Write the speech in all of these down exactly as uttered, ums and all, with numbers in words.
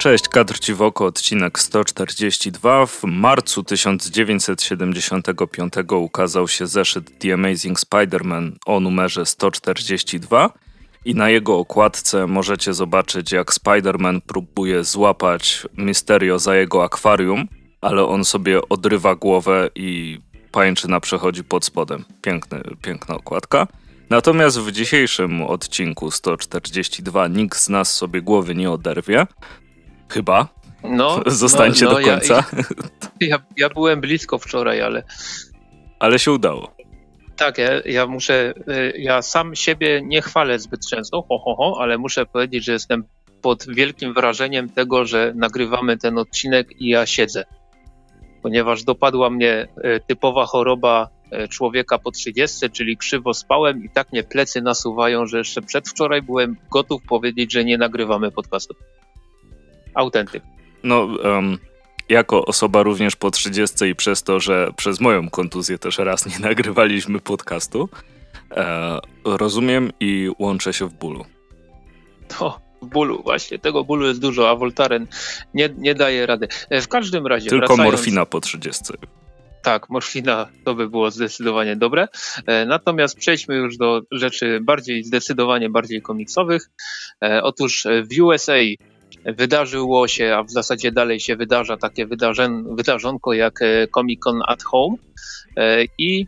Cześć, Kadr Ci w oko, odcinek sto czterdzieści dwa. W marcu tysiąc dziewięćset siedemdziesiątego piątego ukazał się zeszyt The Amazing Spider-Man o numerze sto czterdzieści dwa i na jego okładce możecie zobaczyć, jak Spider-Man próbuje złapać Mysterio za jego akwarium, ale on sobie odrywa głowę i pajęczyna przechodzi pod spodem. Piękny, piękna okładka. Natomiast w dzisiejszym odcinku sto czterdzieści dwa nikt z nas sobie głowy nie oderwie. Chyba. No, Zostańcie no, no, do końca. Ja, ja, ja byłem blisko wczoraj, ale... Ale się udało. Tak, ja, ja muszę... Ja sam siebie nie chwalę zbyt często, ho, ho, ho, ale muszę powiedzieć, że jestem pod wielkim wrażeniem tego, że nagrywamy ten odcinek i ja siedzę. Ponieważ dopadła mnie typowa choroba człowieka po trzydziestce, czyli krzywo spałem i tak mnie plecy nasuwają, że jeszcze przedwczoraj byłem gotów powiedzieć, że nie nagrywamy podcastu. Autentyk. No, um, jako osoba również po trzydziestce i przez to, że przez moją kontuzję też raz nie nagrywaliśmy podcastu, e, rozumiem i łączę się w bólu. To w bólu, właśnie tego bólu jest dużo, a Voltaren nie, nie daje rady. W każdym razie... Tylko wracając, morfina po trzydziestce. Tak, morfina to by było zdecydowanie dobre. E, natomiast przejdźmy już do rzeczy bardziej, zdecydowanie bardziej komiksowych. E, otóż w U S A wydarzyło się, a w zasadzie dalej się wydarza takie wydarzen, wydarzonko jak Comic Con at Home e, i,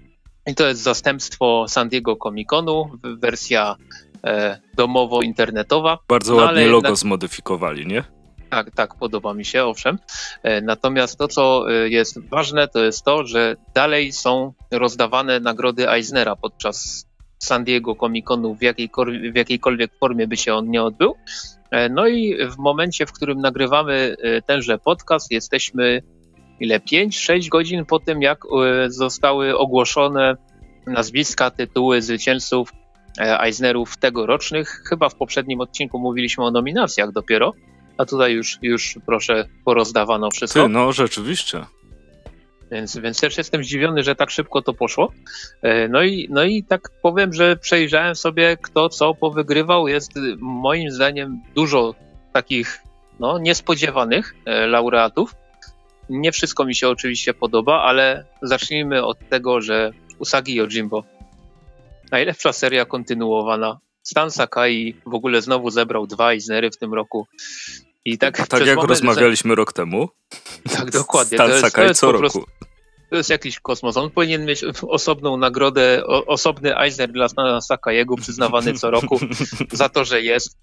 i to jest zastępstwo San Diego Comic Conu, wersja e, domowo-internetowa. Bardzo no, ładnie logo na... zmodyfikowali, nie? Tak, tak, podoba mi się, owszem. E, natomiast to, co jest ważne, to jest to, że dalej są rozdawane nagrody Eisnera podczas San Diego Comic Conu, w, jakiejkol- w jakiejkolwiek formie by się on nie odbył. No i w momencie, w którym nagrywamy tenże podcast, jesteśmy ile? pięć sześć godzin po tym, jak zostały ogłoszone nazwiska, tytuły zwycięzców Eisnerów tegorocznych. Chyba w poprzednim odcinku mówiliśmy o nominacjach dopiero, a tutaj już, już proszę, porozdawano wszystko. Ty, no rzeczywiście. Więc, więc też jestem zdziwiony, że tak szybko to poszło. No i, no i tak powiem, że przejrzałem sobie, kto co powygrywał. Jest moim zdaniem dużo takich no, niespodziewanych laureatów. Nie wszystko mi się oczywiście podoba, ale zacznijmy od tego, że Usagi Yojimbo, najlepsza seria kontynuowana. Stan Sakai w ogóle znowu zebrał dwa Eisnery w tym roku. I tak tak jak rozmawialiśmy za... rok temu. Tak, dokładnie. Stan to jest, Sakai to jest co po roku. Prostu, to jest jakiś kosmos. On powinien mieć osobną nagrodę, o, osobny Eisner dla Stana Sakaiego przyznawany co roku za to, że jest.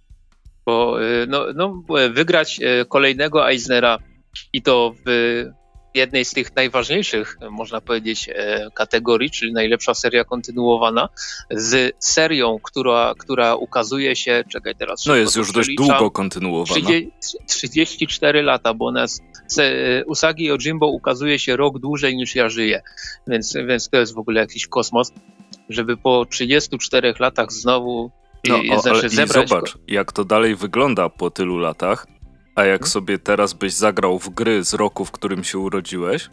Bo no, no, wygrać kolejnego Eisnera i to w jednej z tych najważniejszych, można powiedzieć, kategorii, czyli najlepsza seria kontynuowana, z serią, która, która ukazuje się, czekaj teraz... No jest już dość długo kontynuowana. trzydzieści cztery lata, bo nas Usagi Yojimbo ukazuje się rok dłużej niż ja żyję, więc, więc to jest w ogóle jakiś kosmos, żeby po trzydziestu czterech latach znowu no, i, o, znaczy ale zebrać... I zobacz, jak to dalej wygląda po tylu latach, a jak hmm? sobie teraz byś zagrał w gry z roku, w którym się urodziłeś?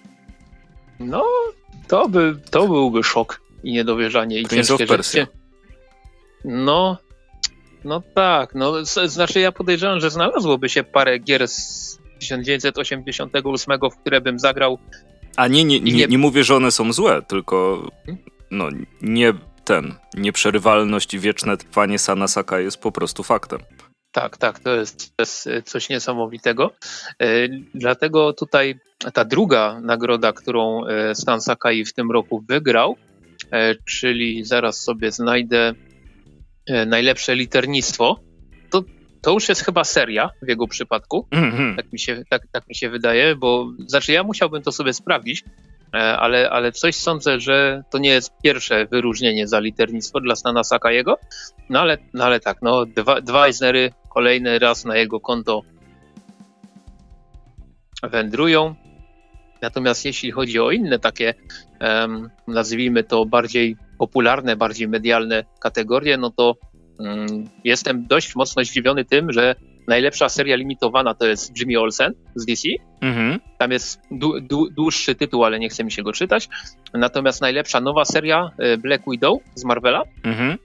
No, to, by, to byłby szok i niedowierzanie. I Prince of Persia. No, no tak. No, znaczy ja podejrzewam, że znalazłoby się parę gier z tysiąc dziewięćset osiemdziesiątego ósmego, w które bym zagrał. A nie, nie, nie, nie mówię, że one są złe, tylko no, nie ten, nieprzerywalność i wieczne trwanie Sana Sakai jest po prostu faktem. Tak, tak, to jest, to jest coś niesamowitego. E, dlatego tutaj ta druga nagroda, którą Stan Sakai w tym roku wygrał, e, czyli zaraz sobie znajdę e, najlepsze liternictwo, to, to już jest chyba seria w jego przypadku, mm-hmm. tak, mi się, tak, tak mi się wydaje, bo znaczy ja musiałbym to sobie sprawdzić, e, ale, ale coś sądzę, że to nie jest pierwsze wyróżnienie za liternictwo dla Stana Sakaiego, no ale, no ale tak, no dwa, dwa Eisnery kolejny raz na jego konto wędrują. Natomiast jeśli chodzi o inne takie, um, nazwijmy to bardziej popularne, bardziej medialne kategorie, no to um, jestem dość mocno zdziwiony tym, że najlepsza seria limitowana to jest Jimmy Olsen z D C. Mhm. Tam jest dłu- dłu- dłuższy tytuł, ale nie chce mi się go czytać. Natomiast najlepsza nowa seria Black Widow z Marvela. Mhm.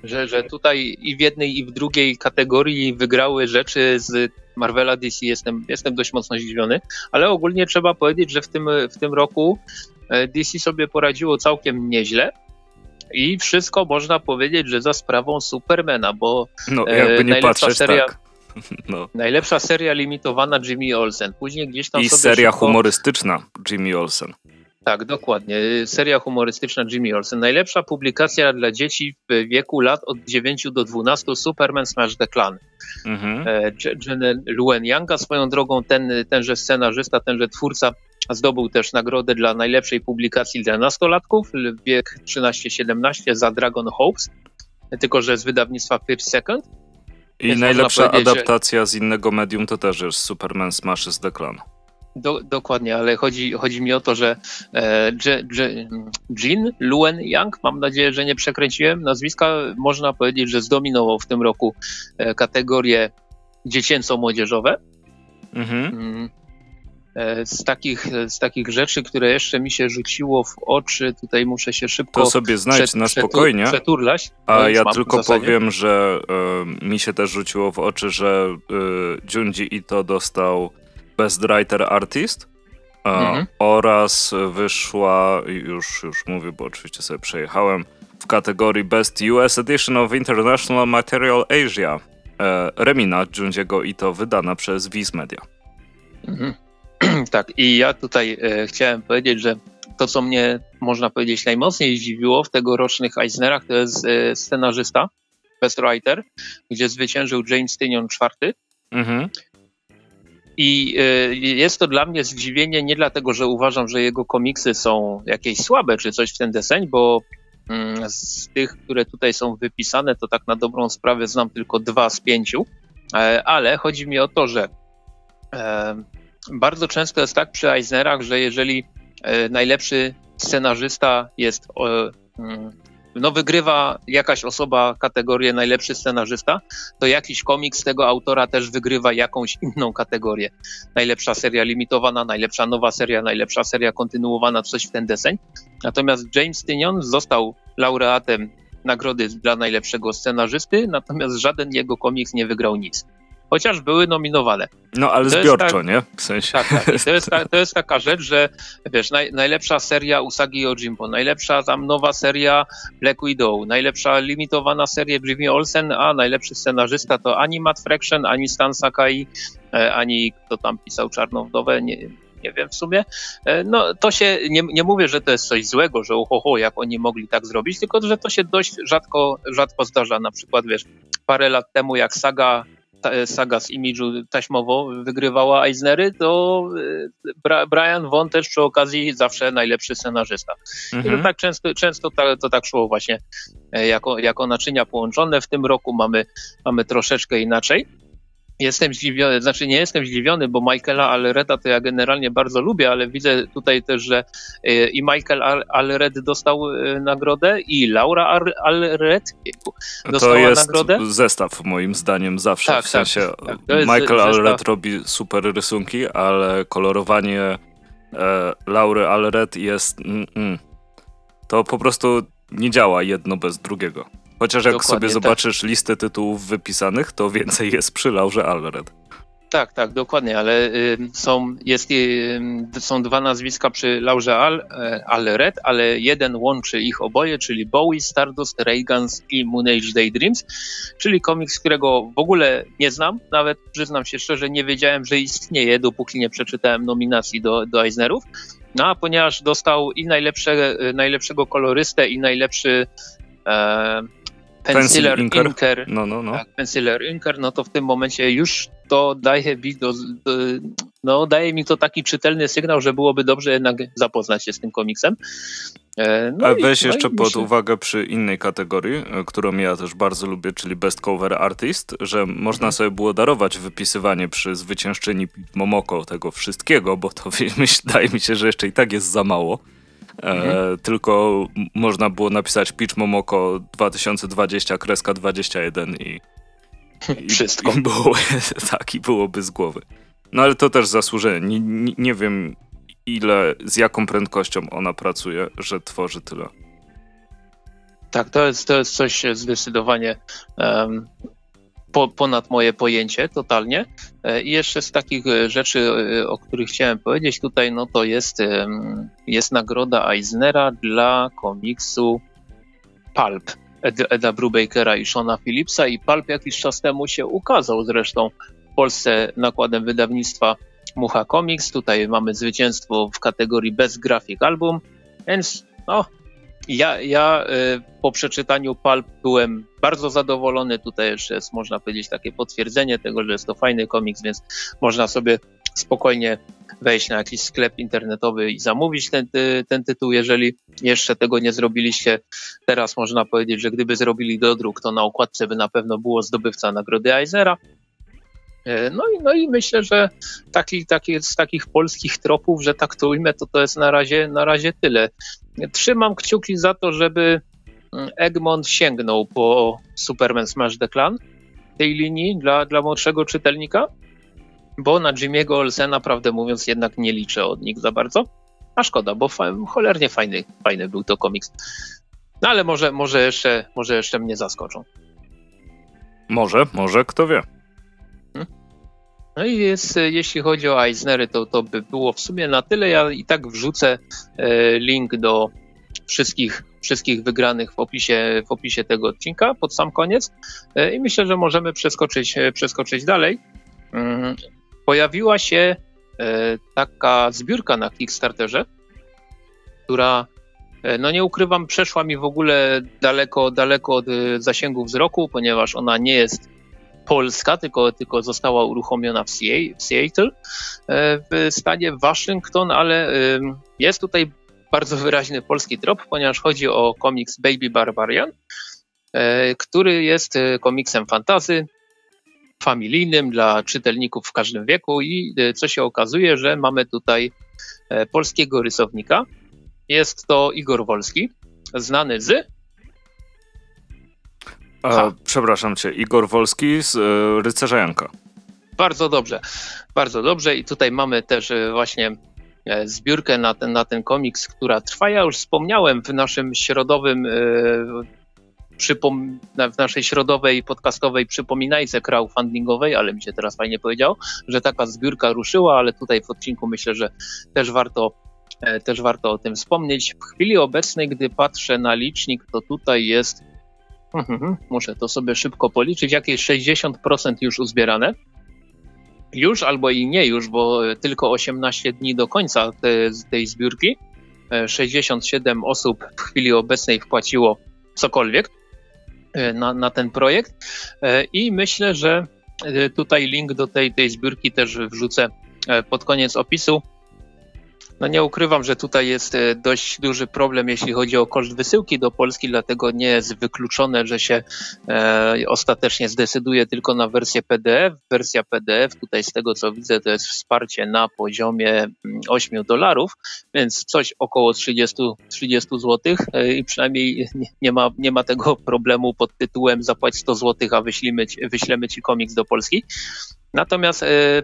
że, że tutaj i w jednej, i w drugiej kategorii wygrały rzeczy z Marvela D C. Jestem, jestem dość mocno zdziwiony, ale ogólnie trzeba powiedzieć, że w tym, w tym roku D C sobie poradziło całkiem nieźle i wszystko można powiedzieć, że za sprawą Supermana, bo no, jakby nie najlepsza patrzeć, seria, tak. No. najlepsza seria limitowana Jimmy Olsen. Później gdzieś tam I sobie seria szybko... humorystyczna Jimmy Olsen. Tak, dokładnie. Seria humorystyczna Jimmy Olsen. Najlepsza publikacja dla dzieci w wieku lat od dziewięciu do dwunastu, Superman Smash the Klan. Mhm. Jenny Luen Younga, swoją drogą ten, tenże scenarzysta, tenże twórca zdobył też nagrodę dla najlepszej publikacji dla nastolatków, wiek trzynaście siedemnaście za Dragon Hopes, tylko że z wydawnictwa First Second. I Więc najlepsza adaptacja że... z innego medium to też jest Superman Smashes the Klan. Do, dokładnie, ale chodzi, chodzi mi o to, że e, Jean Luen Young, mam nadzieję, że nie przekręciłem nazwiska, można powiedzieć, że zdominował w tym roku e, kategorie dziecięco-młodzieżowe. Mhm. E, z, takich, z takich rzeczy, które jeszcze mi się rzuciło w oczy, tutaj muszę się szybko to sobie znajdź przed, na spokojnie, przeturlać. A ja tylko powiem, że e, mi się też rzuciło w oczy, że e, Junji Ito dostał Best Writer Artist mhm. oraz wyszła, już, już mówię, bo oczywiście sobie przejechałem, w kategorii Best U S Edition of International Material Asia e, Remina Junjiego Ito, wydana przez Viz Media. Mhm. Tak, i ja tutaj e, chciałem powiedzieć, że to, co mnie, można powiedzieć, najmocniej zdziwiło w tegorocznych Eisnerach, to jest e, scenarzysta, Best Writer, gdzie zwyciężył James Tynion czwarty. Mhm. I y, jest to dla mnie zdziwienie nie dlatego, że uważam, że jego komiksy są jakieś słabe czy coś w ten deseń, bo y, z tych, które tutaj są wypisane, to tak na dobrą sprawę znam tylko dwa z pięciu, e, ale chodzi mi o to, że e, bardzo często jest tak przy Eisnerach, że jeżeli e, najlepszy scenarzysta jest e, y, no wygrywa jakaś osoba kategorię najlepszy scenarzysta, to jakiś komiks tego autora też wygrywa jakąś inną kategorię. Najlepsza seria limitowana, najlepsza nowa seria, najlepsza seria kontynuowana, coś w ten deseń. Natomiast James Tynion został laureatem nagrody dla najlepszego scenarzysty, natomiast żaden jego komiks nie wygrał nic. Chociaż były nominowane. No ale to zbiorczo, tak, nie? W sensie. Tak, tak. I to jest, ta, to jest taka rzecz, że wiesz, naj, najlepsza seria Usagi Yojimbo, najlepsza tam nowa seria Black Widow, najlepsza limitowana seria Jimmy Olsen, a najlepszy scenarzysta to ani Matt Fraction, ani Stan Sakai, ani kto tam pisał Czarną Wdowę, nie, nie wiem w sumie. No to się, nie, nie mówię, że to jest coś złego, że ohoho, jak oni mogli tak zrobić, tylko że to się dość rzadko, rzadko zdarza. Na przykład, wiesz, parę lat temu jak Saga saga z Image'u taśmowo wygrywała Eisnery, to Brian Vaughan też przy okazji zawsze najlepszy scenarzysta. Mhm. I to tak często, często to, to tak szło właśnie jako, jako naczynia połączone. W tym roku mamy, mamy troszeczkę inaczej. Jestem zdziwiony, znaczy nie jestem zdziwiony, bo Michaela Allereta to ja generalnie bardzo lubię, ale widzę tutaj też, że i Michael Allred dostał nagrodę i Laura Allred dostała nagrodę. To jest nagrodę. Zestaw moim zdaniem zawsze, tak, w sensie tak, tak. Michael Allred robi super rysunki, ale kolorowanie e, Laury Allred jest mm, mm, to po prostu nie działa jedno bez drugiego. Chociaż jak Dokładnie, sobie zobaczysz tak. listę tytułów wypisanych, to więcej jest przy Laurze Allred. Tak, tak, dokładnie, ale y, są, jest, y, są dwa nazwiska przy Laurze All, y, Allred, ale jeden łączy ich oboje, czyli Bowie, Stardust, Reagans i Moon Age Daydreams, czyli komiks, którego w ogóle nie znam, nawet przyznam się szczerze, nie wiedziałem, że istnieje, dopóki nie przeczytałem nominacji do, do Eisnerów. No a ponieważ dostał i najlepsze, najlepszego kolorystę i najlepszy e, Penciler Inker, Inker no, no, no. Tak, Penciler Inker, no to w tym momencie już to daje mi, do, do, no, daje mi to taki czytelny sygnał, że byłoby dobrze jednak zapoznać się z tym komiksem. No A weź i, jeszcze no pod myślę... uwagę przy innej kategorii, którą ja też bardzo lubię, czyli Best Cover Artist, że można mhm. sobie było darować wypisywanie przy zwyciężczyni Momoko tego wszystkiego, bo to wydaje mi się, że jeszcze i tak jest za mało. Mhm. E, tylko można było napisać Peach Momoko dwa tysiące dwadzieścia kreska dwadzieścia jeden i, i wszystko. I było, tak, i byłoby z głowy. No ale to też zasłużenie. Nie, nie, nie wiem ile, z jaką prędkością ona pracuje, że tworzy tyle. Tak, to jest, to jest coś zdecydowanie um, po, ponad moje pojęcie totalnie. I jeszcze z takich rzeczy, o których chciałem powiedzieć tutaj, no to jest, um, jest nagroda Eisnera dla komiksu Pulp Ed, Eda Brubakera i Shona Phillipsa, i Pulp jakiś czas temu się ukazał zresztą w Polsce nakładem wydawnictwa Mucha Comics. Tutaj mamy zwycięstwo w kategorii Best Graphic Album, więc no Ja, ja y, po przeczytaniu Pulp byłem bardzo zadowolony. Tutaj jeszcze jest, można powiedzieć, takie potwierdzenie tego, że jest to fajny komiks, więc można sobie spokojnie wejść na jakiś sklep internetowy i zamówić ten, ty, ten tytuł, jeżeli jeszcze tego nie zrobiliście. Teraz można powiedzieć, że gdyby zrobili dodruk, to na okładce by na pewno było zdobywca nagrody Eisnera. No i, no i myślę, że taki, taki, z takich polskich tropów, że tak to ujmę, to to jest na razie, na razie tyle. Trzymam kciuki za to, żeby Egmont sięgnął po Superman Smash the Clan tej linii dla, dla młodszego czytelnika, bo na Jimmy'ego Olsena, prawdę mówiąc, jednak nie liczę od nich za bardzo. A szkoda, bo fa- cholernie fajny, fajny był to komiks. No ale może, może, jeszcze, może jeszcze mnie zaskoczą. Może, może, kto wie. No i jest, jeśli chodzi o Eisnery, to, to by było w sumie na tyle. Ja i tak wrzucę e, link do wszystkich, wszystkich wygranych w opisie, w opisie tego odcinka pod sam koniec e, i myślę, że możemy przeskoczyć, przeskoczyć dalej. Mm, pojawiła się e, taka zbiórka na Kickstarterze, która, e, no nie ukrywam, przeszła mi w ogóle daleko, daleko od e, zasięgu wzroku, ponieważ ona nie jest polska, tylko, tylko została uruchomiona w Seattle, w stanie Waszyngton, ale jest tutaj bardzo wyraźny polski trop, ponieważ chodzi o komiks Baby Barbarian, który jest komiksem fantasy, familijnym dla czytelników w każdym wieku i co się okazuje, że mamy tutaj polskiego rysownika. Jest to Igor Wolski, znany z A, przepraszam cię, Igor Wolski z y, Rycerza Janka. Bardzo dobrze, bardzo dobrze i tutaj mamy też właśnie zbiórkę na ten, na ten komiks, która trwa. Ja już wspomniałem w naszym środowym, przypom- w naszej środowej podcastowej przypominajce crowdfundingowej, ale mi się teraz fajnie powiedział, że taka zbiórka ruszyła, ale tutaj w odcinku myślę, że też warto, też warto o tym wspomnieć. W chwili obecnej, gdy patrzę na licznik, to tutaj jest muszę to sobie szybko policzyć, jakieś sześćdziesiąt procent już uzbierane. Już albo i nie już, bo tylko osiemnaście dni do końca te, tej zbiórki. sześćdziesiąt siedem osób w chwili obecnej wpłaciło cokolwiek na, na ten projekt i myślę, że tutaj link do tej, tej zbiórki też wrzucę pod koniec opisu. No nie ukrywam, że tutaj jest dość duży problem, jeśli chodzi o koszt wysyłki do Polski, dlatego nie jest wykluczone, że się e, ostatecznie zdecyduje tylko na wersję P D F. Wersja P D F, tutaj z tego co widzę, to jest wsparcie na poziomie osiem dolarów, więc coś około trzydzieści złotych e, i przynajmniej nie, nie, ma, nie ma tego problemu pod tytułem zapłać sto złotych, a wyślemy ci, wyślemy ci komiks do Polski. Natomiast e,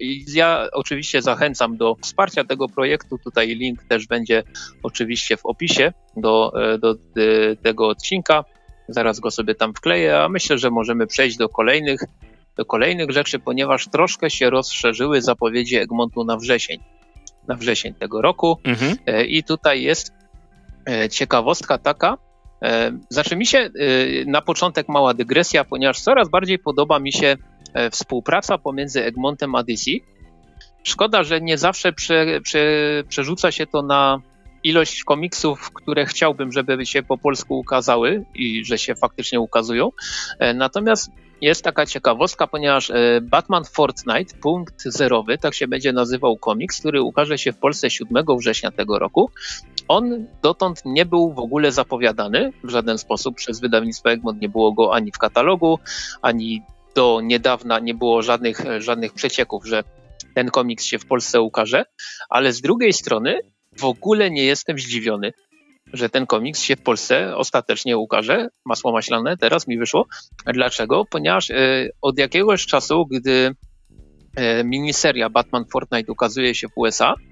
ja oczywiście zachęcam do wsparcia tego projektu. Tutaj link też będzie oczywiście w opisie do, do, do tego odcinka. Zaraz go sobie tam wkleję, a myślę, że możemy przejść do kolejnych, do kolejnych rzeczy, ponieważ troszkę się rozszerzyły zapowiedzi Egmontu na wrzesień, na wrzesień tego roku. Mhm. I tutaj jest ciekawostka taka, znaczy mi się na początek mała dygresja, ponieważ coraz bardziej podoba mi się współpraca pomiędzy Egmontem a D C. Szkoda, że nie zawsze prze, prze, przerzuca się to na ilość komiksów, które chciałbym, żeby się po polsku ukazały i że się faktycznie ukazują. Natomiast jest taka ciekawostka, ponieważ Batman Fortnite, punkt zerowy, tak się będzie nazywał komiks, który ukaże się w Polsce siódmego września tego roku. On dotąd nie był w ogóle zapowiadany w żaden sposób przez wydawnictwo Egmont. Nie było go ani w katalogu, ani do niedawna nie było żadnych, żadnych przecieków, że ten komiks się w Polsce ukaże, ale z drugiej strony w ogóle nie jestem zdziwiony, że ten komiks się w Polsce ostatecznie ukaże. Masło maślane, teraz mi wyszło. Dlaczego? Ponieważ y, od jakiegoś czasu, gdy y, miniseria Batman Fortnite ukazuje się w U S A,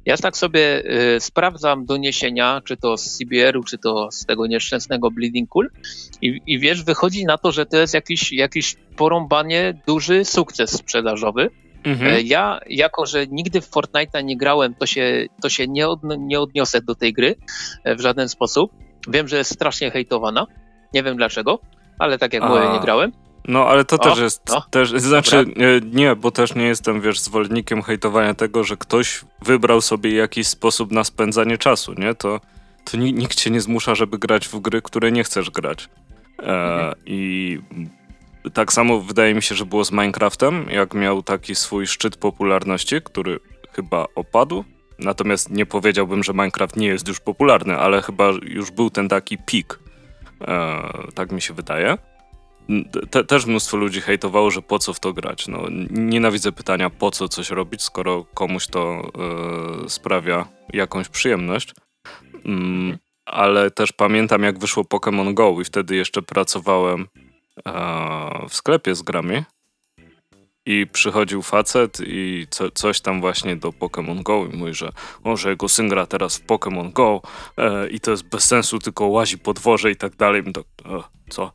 Ja tak sobie y, sprawdzam doniesienia, czy to z C B R u, czy to z tego nieszczęsnego Bleeding Cool i, i wiesz, wychodzi na to, że to jest jakiś, jakiś porąbanie duży sukces sprzedażowy. Mhm. Y, ja, jako że nigdy w Fortnite'a nie grałem, to się, to się nie, od, nie odniosę do tej gry y, w żaden sposób. Wiem, że jest strasznie hejtowana, nie wiem dlaczego, ale tak jak mówię, nie grałem. No, ale to O, też jest, no, też, znaczy nie, bo też nie jestem, wiesz, zwolennikiem hejtowania tego, że ktoś wybrał sobie jakiś sposób na spędzanie czasu, nie? To, to nikt cię nie zmusza, żeby grać w gry, które nie chcesz grać. E, mhm. I tak samo wydaje mi się, że było z Minecraftem, jak miał taki swój szczyt popularności, który chyba opadł. Natomiast nie powiedziałbym, że Minecraft nie jest już popularny, ale chyba już był ten taki pik. E, tak mi się wydaje. Te, też mnóstwo ludzi hejtowało, że po co w to grać. No, nienawidzę pytania, po co coś robić, skoro komuś to e, sprawia jakąś przyjemność. Mm, ale też pamiętam, jak wyszło Pokémon Go i wtedy jeszcze pracowałem e, w sklepie z grami i przychodził facet i co, coś tam właśnie do Pokémon Go i mówi, że, o, że jego syn gra teraz w Pokémon Go e, i to jest bez sensu, tylko łazi po dworze i tak dalej. I tak, e, co?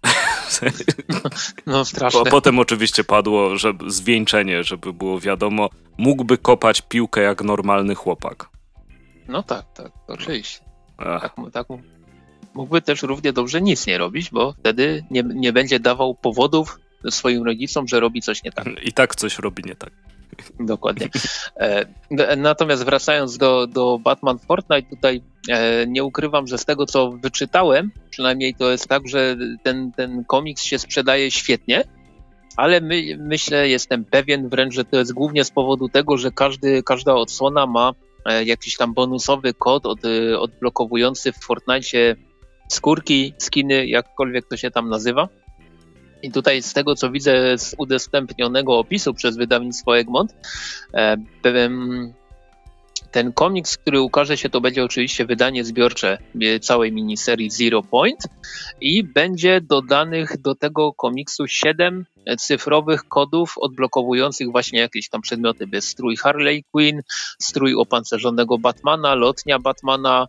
No straszne. Po, potem oczywiście padło, że zwieńczenie, żeby było wiadomo, mógłby kopać piłkę jak normalny chłopak. No tak, tak, oczywiście. Tak, tak, mógłby też równie dobrze nic nie robić, bo wtedy nie, nie będzie dawał powodów swoim rodzicom, że robi coś nie tak. I tak coś robi nie tak. Dokładnie. E, natomiast wracając do, do Batman Fortnite, tutaj e, nie ukrywam, że z tego, co wyczytałem, przynajmniej to jest tak, że ten, ten komiks się sprzedaje świetnie, ale my, myślę, jestem pewien wręcz, że to jest głównie z powodu tego, że każdy, każda odsłona ma e, jakiś tam bonusowy kod od, odblokowujący w Fortnite skórki, skiny, jakkolwiek to się tam nazywa. I tutaj z tego, co widzę z udostępnionego opisu przez wydawnictwo Egmont, ten komiks, który ukaże się, to będzie oczywiście wydanie zbiorcze całej miniserii Zero Point i będzie dodanych do tego komiksu siedem cyfrowych kodów odblokowujących właśnie jakieś tam przedmioty, bez strój Harley Quinn, strój opancerzonego Batmana, lotnia Batmana,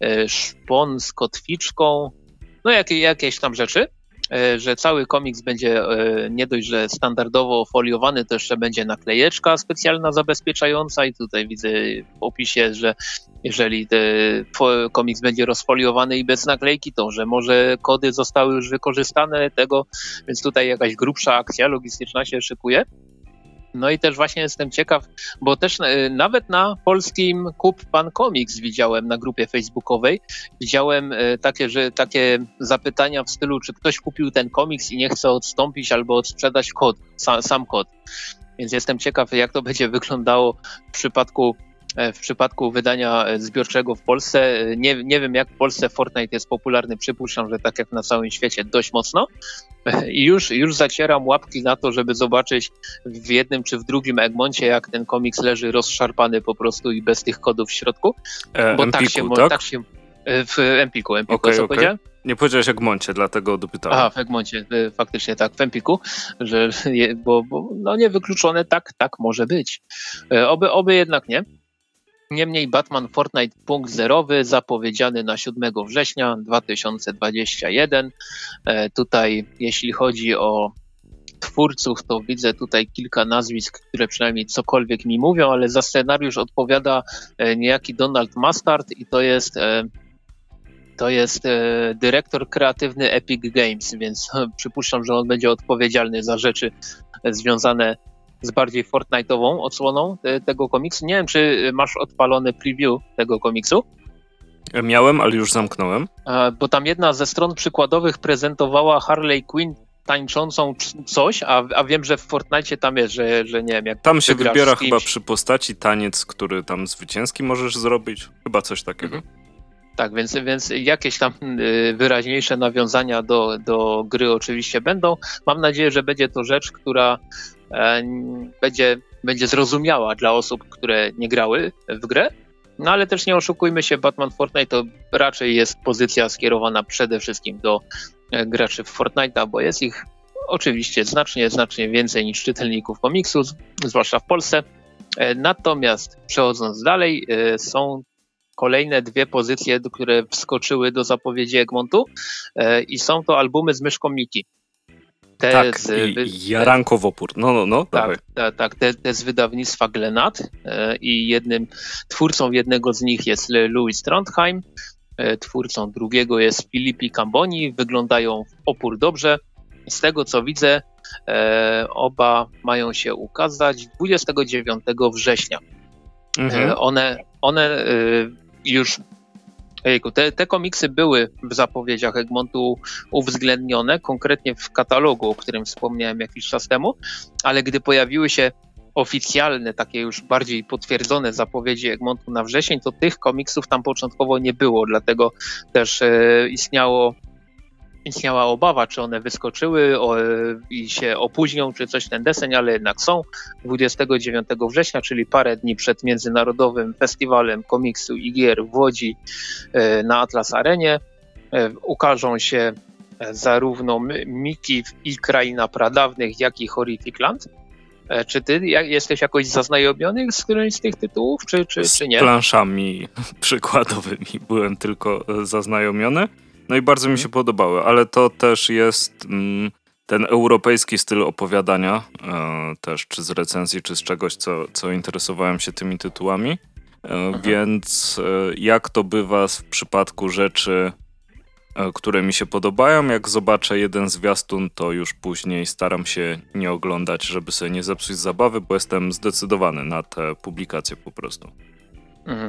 szpon z kotwiczką, no jakieś, jakieś tam rzeczy. Że cały komiks będzie nie dość, że standardowo foliowany, to jeszcze będzie naklejeczka specjalna zabezpieczająca i tutaj widzę w opisie, że jeżeli komiks będzie rozfoliowany i bez naklejki, to że może kody zostały już wykorzystane tego, więc tutaj jakaś grubsza akcja logistyczna się szykuje. No i też właśnie jestem ciekaw, bo też nawet na polskim Kup Pan Komiks widziałem na grupie facebookowej, widziałem takie, że takie zapytania w stylu, czy ktoś kupił ten komiks i nie chce odstąpić albo odsprzedać kod, sam, sam kod. Więc jestem ciekaw, jak to będzie wyglądało w przypadku w przypadku wydania zbiorczego w Polsce. Nie, nie wiem, jak w Polsce Fortnite jest popularny, przypuszczam, że tak jak na całym świecie dość mocno. I już, już zacieram łapki na to, żeby zobaczyć w jednym czy w drugim Egmoncie, jak ten komiks leży rozszarpany po prostu i bez tych kodów w środku. E, Bo Empiku, tak się, tak? tak się w Empiku, Empiku okay, co okay. powiedziałem? Nie powiedziałeś Egmoncie, dlatego dopytałem. Aha, w Egmoncie, faktycznie tak, w Empiku, że, bo, bo no niewykluczone, tak, tak może być. Oby, oby jednak nie. Niemniej Batman Fortnite punkt zerowy zapowiedziany na siódmego września dwa tysiące dwudziestego pierwszego. E, tutaj jeśli chodzi o twórców, to widzę tutaj kilka nazwisk, które przynajmniej cokolwiek mi mówią, ale za scenariusz odpowiada e, niejaki Donald Mustard i to jest e, to jest e, dyrektor kreatywny Epic Games, więc e, przypuszczam, że on będzie odpowiedzialny za rzeczy e, związane z bardziej Fortnite'ową odsłoną te, tego komiksu. Nie wiem, czy masz odpalony preview tego komiksu. Miałem, ale już zamknąłem. E, bo tam jedna ze stron przykładowych prezentowała Harley Quinn tańczącą coś, a, a wiem, że w Fortnite tam jest, że, że nie wiem, jak tam się wybiera chyba przy postaci taniec, który tam zwycięski możesz zrobić. Chyba coś takiego. Mhm. Tak, więc, więc jakieś tam wyraźniejsze nawiązania do, do gry oczywiście będą. Mam nadzieję, że będzie to rzecz, która e, będzie, będzie zrozumiała dla osób, które nie grały w grę. No ale też nie oszukujmy się, Batman Fortnite to raczej jest pozycja skierowana przede wszystkim do e, graczy w Fortnite'a, bo jest ich oczywiście znacznie, znacznie więcej niż czytelników komiksu, z, zwłaszcza w Polsce. Natomiast przechodząc dalej, są kolejne dwie pozycje, które wskoczyły do zapowiedzi Egmontu i są to albumy z myszką Mickey. Te tak, z, i Jaranko w opór. No, no, no, tak, tak, tak te, te z wydawnictwa Glenat i jednym twórcą jednego z nich jest Louis Trondheim, twórcą drugiego jest Filippi Camboni, wyglądają w opór dobrze. Z tego co widzę, e, oba mają się ukazać dwudziestego dziewiątego września. Mhm. E, one one e, już, ojejku, te, te komiksy były w zapowiedziach Egmontu uwzględnione, konkretnie w katalogu, o którym wspomniałem jakiś czas temu, ale gdy pojawiły się oficjalne, takie już bardziej potwierdzone zapowiedzi Egmontu na wrzesień, to tych komiksów tam początkowo nie było, dlatego też e, istniało Istniała obawa, czy one wyskoczyły o, i się opóźnią, czy coś ten deseń, ale jednak są. dwudziestego dziewiątego września, czyli parę dni przed Międzynarodowym Festiwalem Komiksu i Gier w Łodzi e, na Atlas Arenie e, ukażą się zarówno Mickey i Kraina Pradawnych, jak i Horrificland. E, czy ty jak, jesteś jakoś zaznajomiony z którymś z tych tytułów, czy, czy, czy nie? Z planszami przykładowymi byłem tylko zaznajomiony. No i bardzo mi się podobały, ale to też jest mm, ten europejski styl opowiadania, e, też czy z recenzji, czy z czegoś, co, co interesowałem się tymi tytułami. E, więc e, jak to bywa w przypadku rzeczy, e, które mi się podobają, jak zobaczę jeden zwiastun, to już później staram się nie oglądać, żeby sobie nie zepsuć zabawy, bo jestem zdecydowany na te publikacje po prostu. Mhm.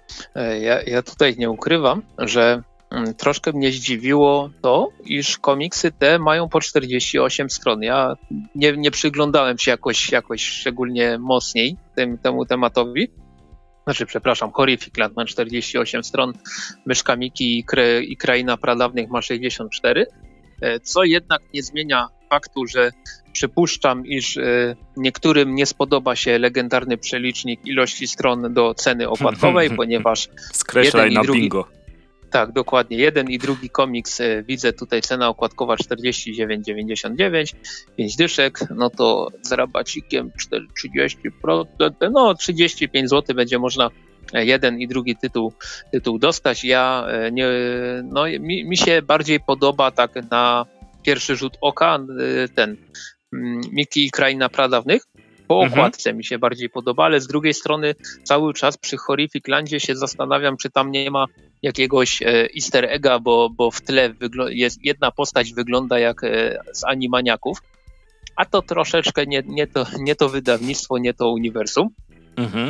Ja, ja tutaj nie ukrywam, że troszkę mnie zdziwiło to, iż komiksy te mają po czterdzieści osiem stron. Ja nie, nie przyglądałem się jakoś, jakoś szczególnie mocniej tym, temu tematowi. Znaczy, przepraszam, Horrificland ma czterdzieści osiem stron, Myszka Miki i, Kre, i Kraina Pradawnych ma sześćdziesiąt cztery, co jednak nie zmienia faktu, że przypuszczam, iż niektórym nie spodoba się legendarny przelicznik ilości stron do ceny okładkowej, ponieważ skreślaj na drugi, bingo. Tak, dokładnie. Jeden i drugi komiks, e, widzę tutaj cena okładkowa czterdzieści dziewięć dziewięćdziesiąt dziewięć, pięć dyszek, no to z rabacikiem trzydzieści procent, no trzydzieści pięć złotych będzie można jeden i drugi tytuł, tytuł dostać. Ja e, nie, no mi, mi się bardziej podoba tak na pierwszy rzut oka e, ten Mickey i Kraina Pradawnych. Po okładce mhm. mi się bardziej podoba, ale z drugiej strony cały czas przy Horrificlandzie się zastanawiam, czy tam nie ma jakiegoś e, easter egga, bo, bo w tle wygl- jest jedna postać wygląda jak e, z Animaniaków, a to troszeczkę nie, nie, to, nie to wydawnictwo, nie to uniwersum. Mhm.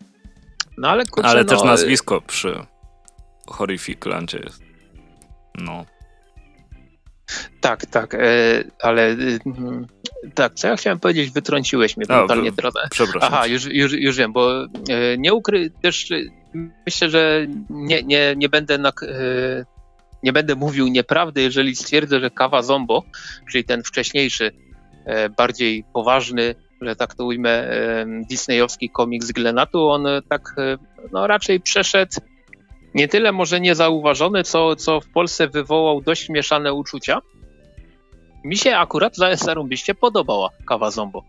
No ale kurczę, ale no, też nazwisko przy Horrificlandzie jest. No. Tak, tak, e, ale e, tak, co ja chciałem powiedzieć, wytrąciłeś mnie totalnie teraz. Przepraszam. Aha, już, już, już wiem, bo e, nie ukry... też e, myślę, że nie, nie, nie będę na, e, nie będę mówił nieprawdy, jeżeli stwierdzę, że Kawa Zombo, czyli ten wcześniejszy, e, bardziej poważny, że tak to ujmę, e, disneyowski komiks z Glenatu, on tak e, no raczej przeszedł nie tyle może niezauważony, co, co w Polsce wywołał dość mieszane uczucia. Mi się akurat zarąbiście podobała Kawa Zombo.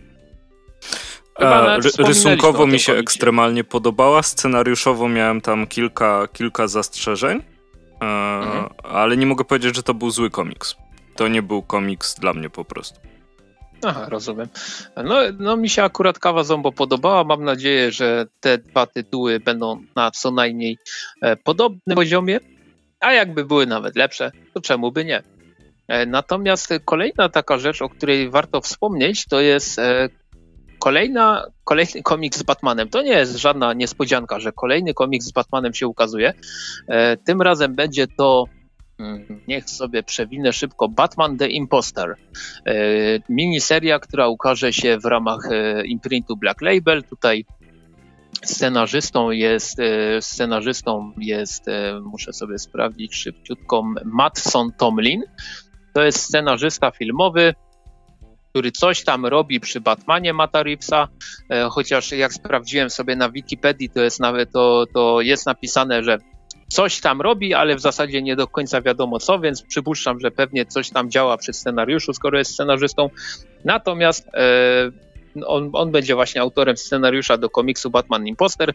A, rysunkowo mi się ekstremalnie podobała, scenariuszowo miałem tam kilka, kilka zastrzeżeń, e, mhm. ale nie mogę powiedzieć, że to był zły komiks. To nie był komiks dla mnie po prostu. Aha, rozumiem. No, no mi się akurat Kawa Zombo podobała. Mam nadzieję, że te dwa tytuły będą na co najmniej e, podobnym poziomie, a jakby były nawet lepsze, to czemu by nie. E, natomiast kolejna taka rzecz, o której warto wspomnieć, to jest e, kolejna, kolejny komiks z Batmanem. To nie jest żadna niespodzianka, że kolejny komiks z Batmanem się ukazuje. E, tym razem będzie to niech sobie przewinę szybko, Batman the Imposter. E, miniseria, która ukaże się w ramach e, imprintu Black Label. Tutaj scenarzystą jest, e, scenarzystą jest e, muszę sobie sprawdzić szybciutko, Mattson Tomlin. To jest scenarzysta filmowy, który coś tam robi przy Batmanie Matta Reevesa, e, chociaż jak sprawdziłem sobie na Wikipedii, to jest nawet to, to jest napisane, że coś tam robi, ale w zasadzie nie do końca wiadomo co, więc przypuszczam, że pewnie coś tam działa przy scenariuszu, skoro jest scenarzystą. Natomiast e, on, on będzie właśnie autorem scenariusza do komiksu Batman Imposter.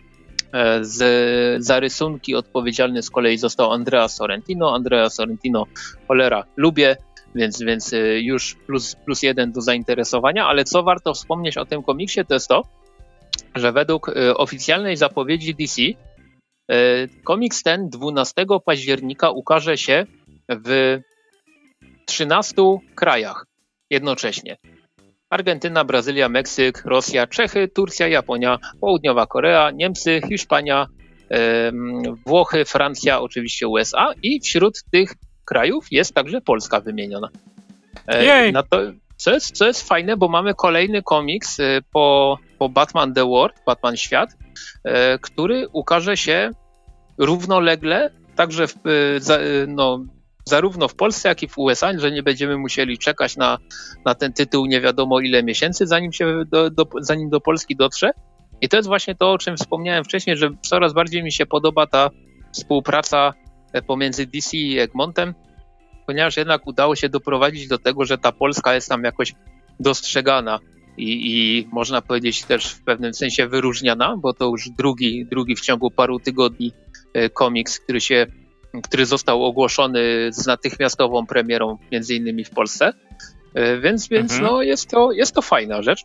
Z, za rysunki odpowiedzialny z kolei został Andrea Sorrentino. Andrea Sorrentino, cholera, lubię, więc, więc już plus, plus jeden do zainteresowania, ale co warto wspomnieć o tym komiksie, to jest to, że według oficjalnej zapowiedzi D C komiks ten dwunastego października ukaże się w trzynastu krajach jednocześnie. Argentyna, Brazylia, Meksyk, Rosja, Czechy, Turcja, Japonia, Południowa Korea, Niemcy, Hiszpania, Włochy, Francja, oczywiście U S A i wśród tych krajów jest także Polska wymieniona. Jej. Na to, co, jest, co jest fajne, bo mamy kolejny komiks po, po Batman The World, Batman Świat, który ukaże się równolegle, także w, no, zarówno w Polsce, jak i w U S A, że nie będziemy musieli czekać na, na ten tytuł nie wiadomo ile miesięcy, zanim się do, do, zanim do Polski dotrze. I to jest właśnie to, o czym wspomniałem wcześniej, że coraz bardziej mi się podoba ta współpraca pomiędzy D C i Egmontem, ponieważ jednak udało się doprowadzić do tego, że ta Polska jest tam jakoś dostrzegana i, i można powiedzieć też w pewnym sensie wyróżniana, bo to już drugi, drugi w ciągu paru tygodni komiks, który się który został ogłoszony z natychmiastową premierą między innymi w Polsce, więc, więc mhm. no jest to, jest to fajna rzecz.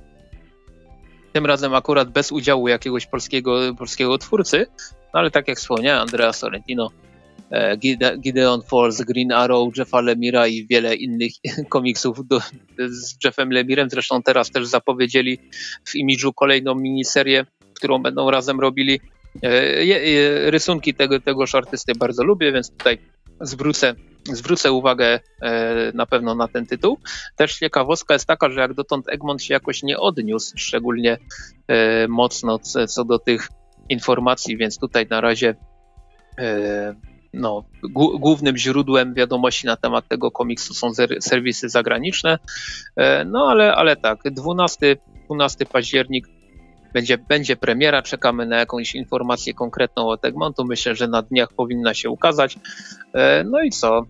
Tym razem akurat bez udziału jakiegoś polskiego, polskiego twórcy, no ale tak jak wspomniałem, Andrea Sorrentino, Gideon Falls, Green Arrow, Jeffa Lemira i wiele innych komiksów do, z Jeffem Lemirem. Zresztą teraz też zapowiedzieli w Image'u kolejną miniserię, którą będą razem robili. Rysunki tego, tegoż artysty bardzo lubię, więc tutaj zwrócę, zwrócę uwagę na pewno na ten tytuł. Też ciekawostka jest taka, że jak dotąd Egmont się jakoś nie odniósł szczególnie mocno co do tych informacji, więc tutaj na razie no, głównym źródłem wiadomości na temat tego komiksu są serwisy zagraniczne. No ale, ale tak, dwunastego października Będzie, będzie premiera, czekamy na jakąś informację konkretną od Egmontu. Myślę, że na dniach powinna się ukazać. No i co?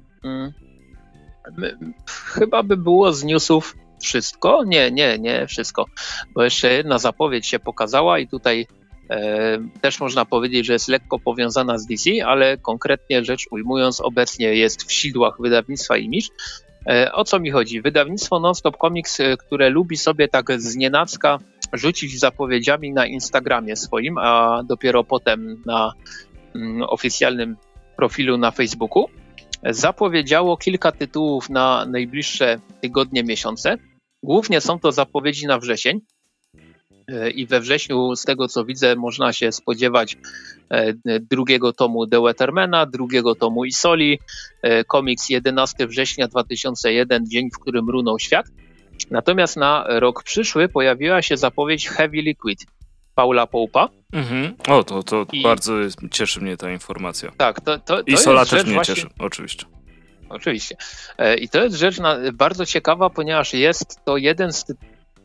Chyba by było z newsów wszystko? Nie, nie, nie wszystko. Bo jeszcze jedna zapowiedź się pokazała i tutaj e, też można powiedzieć, że jest lekko powiązana z D C, ale konkretnie rzecz ujmując, obecnie jest w sidłach wydawnictwa Image. E, o co mi chodzi? Wydawnictwo Non-Stop Comics, które lubi sobie tak znienacka rzucić zapowiedziami na Instagramie swoim, a dopiero potem na mm, oficjalnym profilu na Facebooku, zapowiedziało kilka tytułów na najbliższe tygodnie, miesiące. Głównie są to zapowiedzi na wrzesień i we wrześniu, z tego co widzę, można się spodziewać drugiego tomu The Weathermana, drugiego tomu Isoli, komiks jedenastego września dwa tysiące jeden, dzień, w którym runął świat. Natomiast na rok przyszły pojawiła się zapowiedź Heavy Liquid Paula Pope'a. Mhm. O, to, to I... bardzo cieszy mnie ta informacja. Tak, to, to, to I Sola też mnie właśnie... cieszy, oczywiście. Oczywiście. I to jest rzecz na, bardzo ciekawa, ponieważ jest to jeden z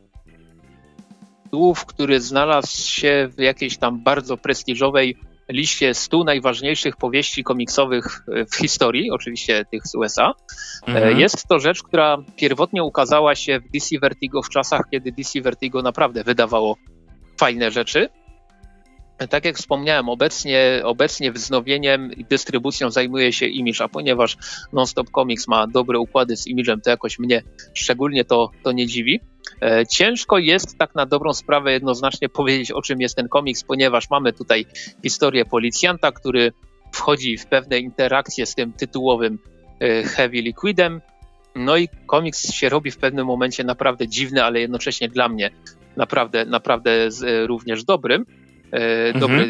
tytułów, który znalazł się w jakiejś tam bardzo prestiżowej liście stu najważniejszych powieści komiksowych w historii, oczywiście tych z U S A. Mhm. Jest to rzecz, która pierwotnie ukazała się w D C Vertigo w czasach, kiedy D C Vertigo naprawdę wydawało fajne rzeczy. Tak jak wspomniałem, obecnie, obecnie wznowieniem i dystrybucją zajmuje się Image, a ponieważ Non-Stop Comics ma dobre układy z Image'em, to jakoś mnie szczególnie to, to nie dziwi. E, ciężko jest tak na dobrą sprawę jednoznacznie powiedzieć, o czym jest ten komiks, ponieważ mamy tutaj historię policjanta, który wchodzi w pewne interakcje z tym tytułowym e, Heavy Liquidem. No i komiks się robi w pewnym momencie naprawdę dziwny, ale jednocześnie dla mnie naprawdę, naprawdę z, również dobrym. E, dobry.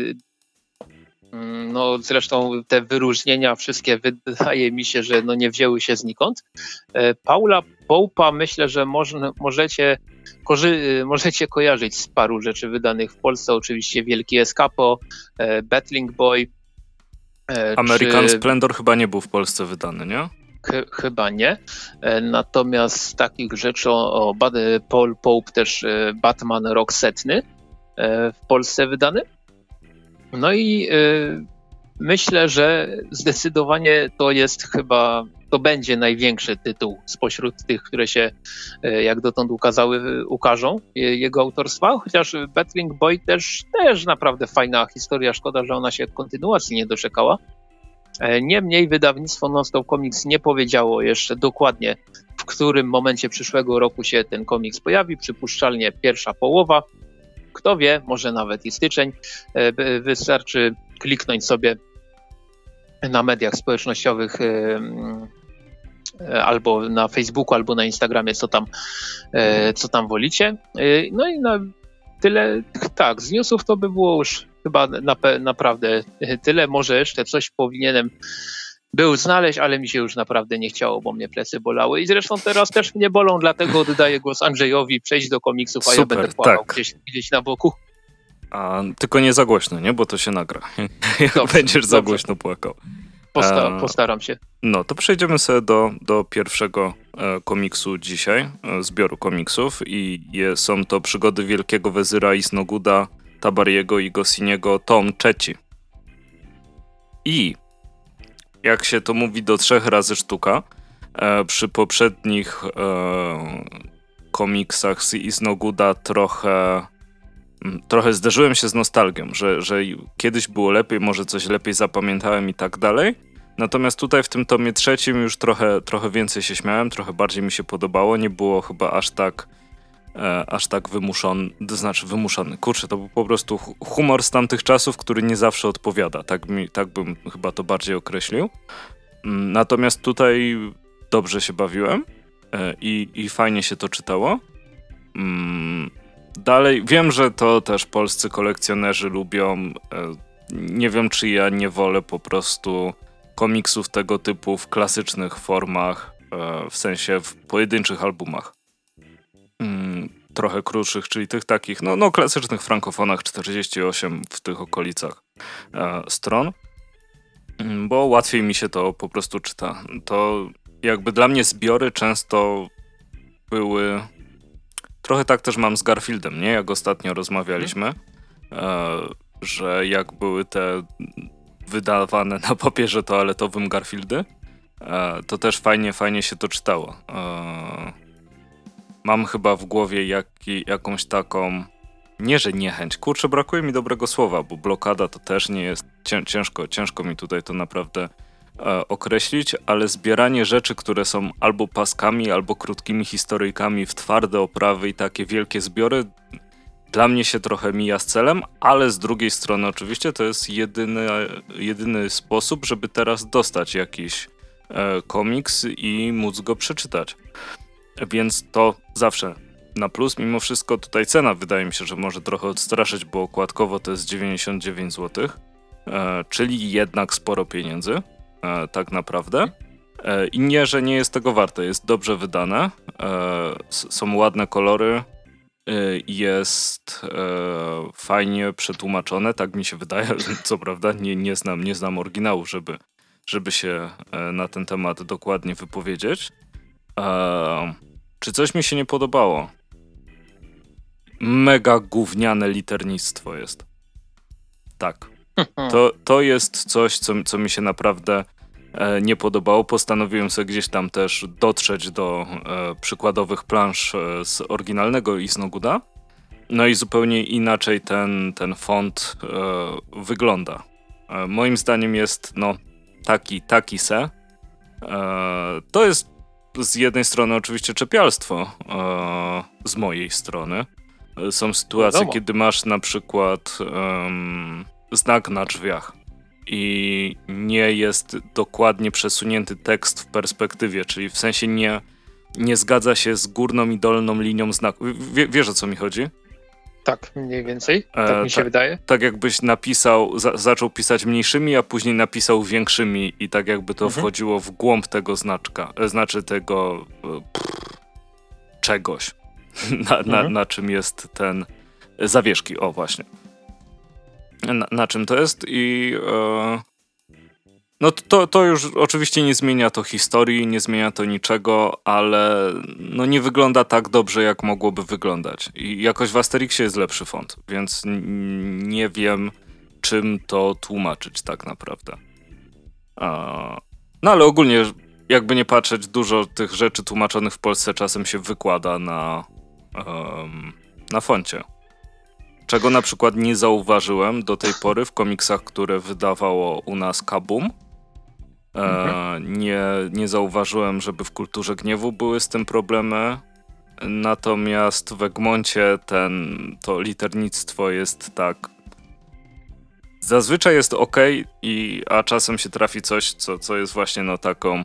Mhm. No zresztą te wyróżnienia wszystkie wydaje mi się, że no nie wzięły się znikąd. E, Paula Pope'a myślę, że może, możecie, korzy, możecie kojarzyć z paru rzeczy wydanych w Polsce. Oczywiście Wielki Escapo, e, Battling Boy. E, American czy... Splendor chyba nie był w Polsce wydany, nie? Ch- chyba nie. E, natomiast z takich rzeczy o, o Paul Pope też e, Batman Rok Setny w Polsce wydany. No i y, myślę, że zdecydowanie to jest chyba to będzie największy tytuł spośród tych, które się jak dotąd ukazały, ukażą jego autorstwa, chociaż Battling Boy też, też naprawdę fajna historia, szkoda, że ona się kontynuacji nie doczekała. Niemniej wydawnictwo Non-Stop Comics nie powiedziało jeszcze dokładnie, w którym momencie przyszłego roku się ten komiks pojawi, przypuszczalnie pierwsza połowa, kto wie, może nawet i styczeń. Wystarczy kliknąć sobie na mediach społecznościowych albo na Facebooku, albo na Instagramie, co tam, co tam wolicie. No i na tyle, tak, z newsów to by było już chyba na, naprawdę tyle. Może jeszcze coś powinienem był znaleźć, ale mi się już naprawdę nie chciało, bo mnie plecy bolały i zresztą teraz też mnie bolą, dlatego oddaję głos Andrzejowi, przejść do komiksów, a Super, ja będę płakał tak. gdzieś, gdzieś na boku. A, tylko nie za głośno, nie? Bo to się nagra. Dobrze, będziesz za dobrze. głośno płakał. Posta- postaram się. No, to przejdziemy sobie do, do pierwszego e, komiksu dzisiaj, e, zbioru komiksów i je, są to Przygody Wielkiego Wezyra Isnoguda, Tabariego i Gosciniego, tom trzeci. I jak się to mówi, do trzech razy sztuka. E, przy poprzednich e, komiksach z Isnoguda trochę trochę zderzyłem się z nostalgią, że, że kiedyś było lepiej, może coś lepiej zapamiętałem i tak dalej. Natomiast tutaj w tym tomie trzecim już trochę, trochę więcej się śmiałem, trochę bardziej mi się podobało. Nie było chyba aż tak e, aż tak wymuszony, to znaczy wymuszony. Kurczę, to był po prostu humor z tamtych czasów, który nie zawsze odpowiada. Tak, mi, tak bym chyba to bardziej określił. Natomiast tutaj dobrze się bawiłem e, i, i fajnie się to czytało. Mm, Dalej, wiem, że to też polscy kolekcjonerzy lubią. Nie wiem, czy ja nie wolę po prostu komiksów tego typu w klasycznych formach, w sensie w pojedynczych albumach. Trochę krótszych, czyli tych takich, no, no klasycznych frankofonach, czterdzieści osiem w tych okolicach stron, bo łatwiej mi się to po prostu czyta. To jakby dla mnie zbiory często były... Trochę tak też mam z Garfieldem, nie? Jak ostatnio rozmawialiśmy, e, że jak były te wydawane na papierze toaletowym Garfieldy, e, to też fajnie, fajnie się to czytało. E, mam chyba w głowie jaki, jakąś taką, nie że niechęć, kurczę, brakuje mi dobrego słowa, bo blokada to też nie jest, cię, ciężko, ciężko mi tutaj to naprawdę e, określić, ale zbieranie rzeczy, które są albo paskami, albo krótkimi historyjkami w twarde oprawy i takie wielkie zbiory, dla mnie się trochę mija z celem, ale z drugiej strony oczywiście to jest jedyny, jedyny sposób, żeby teraz dostać jakiś e, komiks i móc go przeczytać. Więc to zawsze na plus. Mimo wszystko tutaj cena wydaje mi się, że może trochę odstraszyć, bo okładkowo to jest dziewięćdziesiąt dziewięć złotych, e, czyli jednak sporo pieniędzy. E, tak naprawdę. E, I nie, że nie jest tego warte. Jest dobrze wydane. E, s- są ładne kolory. E, jest e, fajnie przetłumaczone. Tak mi się wydaje. Co prawda nie, nie, znam, nie znam oryginału, żeby, żeby się e, na ten temat dokładnie wypowiedzieć. E, czy coś mi się nie podobało? Mega gówniane liternictwo jest. Tak. To, to jest coś, co, co mi się naprawdę e, nie podobało. Postanowiłem sobie gdzieś tam też dotrzeć do e, przykładowych plansz e, z oryginalnego Isnoguda. No i zupełnie inaczej ten, ten font e, wygląda. E, moim zdaniem jest no taki, taki se. E, to jest z jednej strony oczywiście czepialstwo e, z mojej strony. E, są sytuacje, Wiadomo. kiedy masz na przykład em, znak na drzwiach i nie jest dokładnie przesunięty tekst w perspektywie, czyli w sensie nie, nie zgadza się z górną i dolną linią znaku. Wie, wiesz, o co mi chodzi? Tak, mniej więcej. Tak E, mi się tak, wydaje. Tak jakbyś napisał, za, zaczął pisać mniejszymi, a później napisał większymi i tak jakby to Mhm. wchodziło w głąb tego znaczka, e, znaczy tego e, pff, czegoś, na, na, Mhm. na czym jest ten zawieszki, o właśnie. Na, na czym to jest i e, no to, to już oczywiście nie zmienia to historii, nie zmienia to niczego, ale no nie wygląda tak dobrze, jak mogłoby wyglądać. I jakoś w Asterixie jest lepszy font, więc n- nie wiem, czym to tłumaczyć tak naprawdę. A, no ale ogólnie jakby nie patrzeć, dużo tych rzeczy tłumaczonych w Polsce czasem się wykłada na, um, na foncie. Czego na przykład nie zauważyłem do tej pory w komiksach, które wydawało u nas Kabum. E, nie, nie zauważyłem, żeby w Kulturze Gniewu były z tym problemy. Natomiast w Egmoncie ten, to liternictwo jest tak... Zazwyczaj jest okej, i a czasem się trafi coś, co, co jest właśnie no taką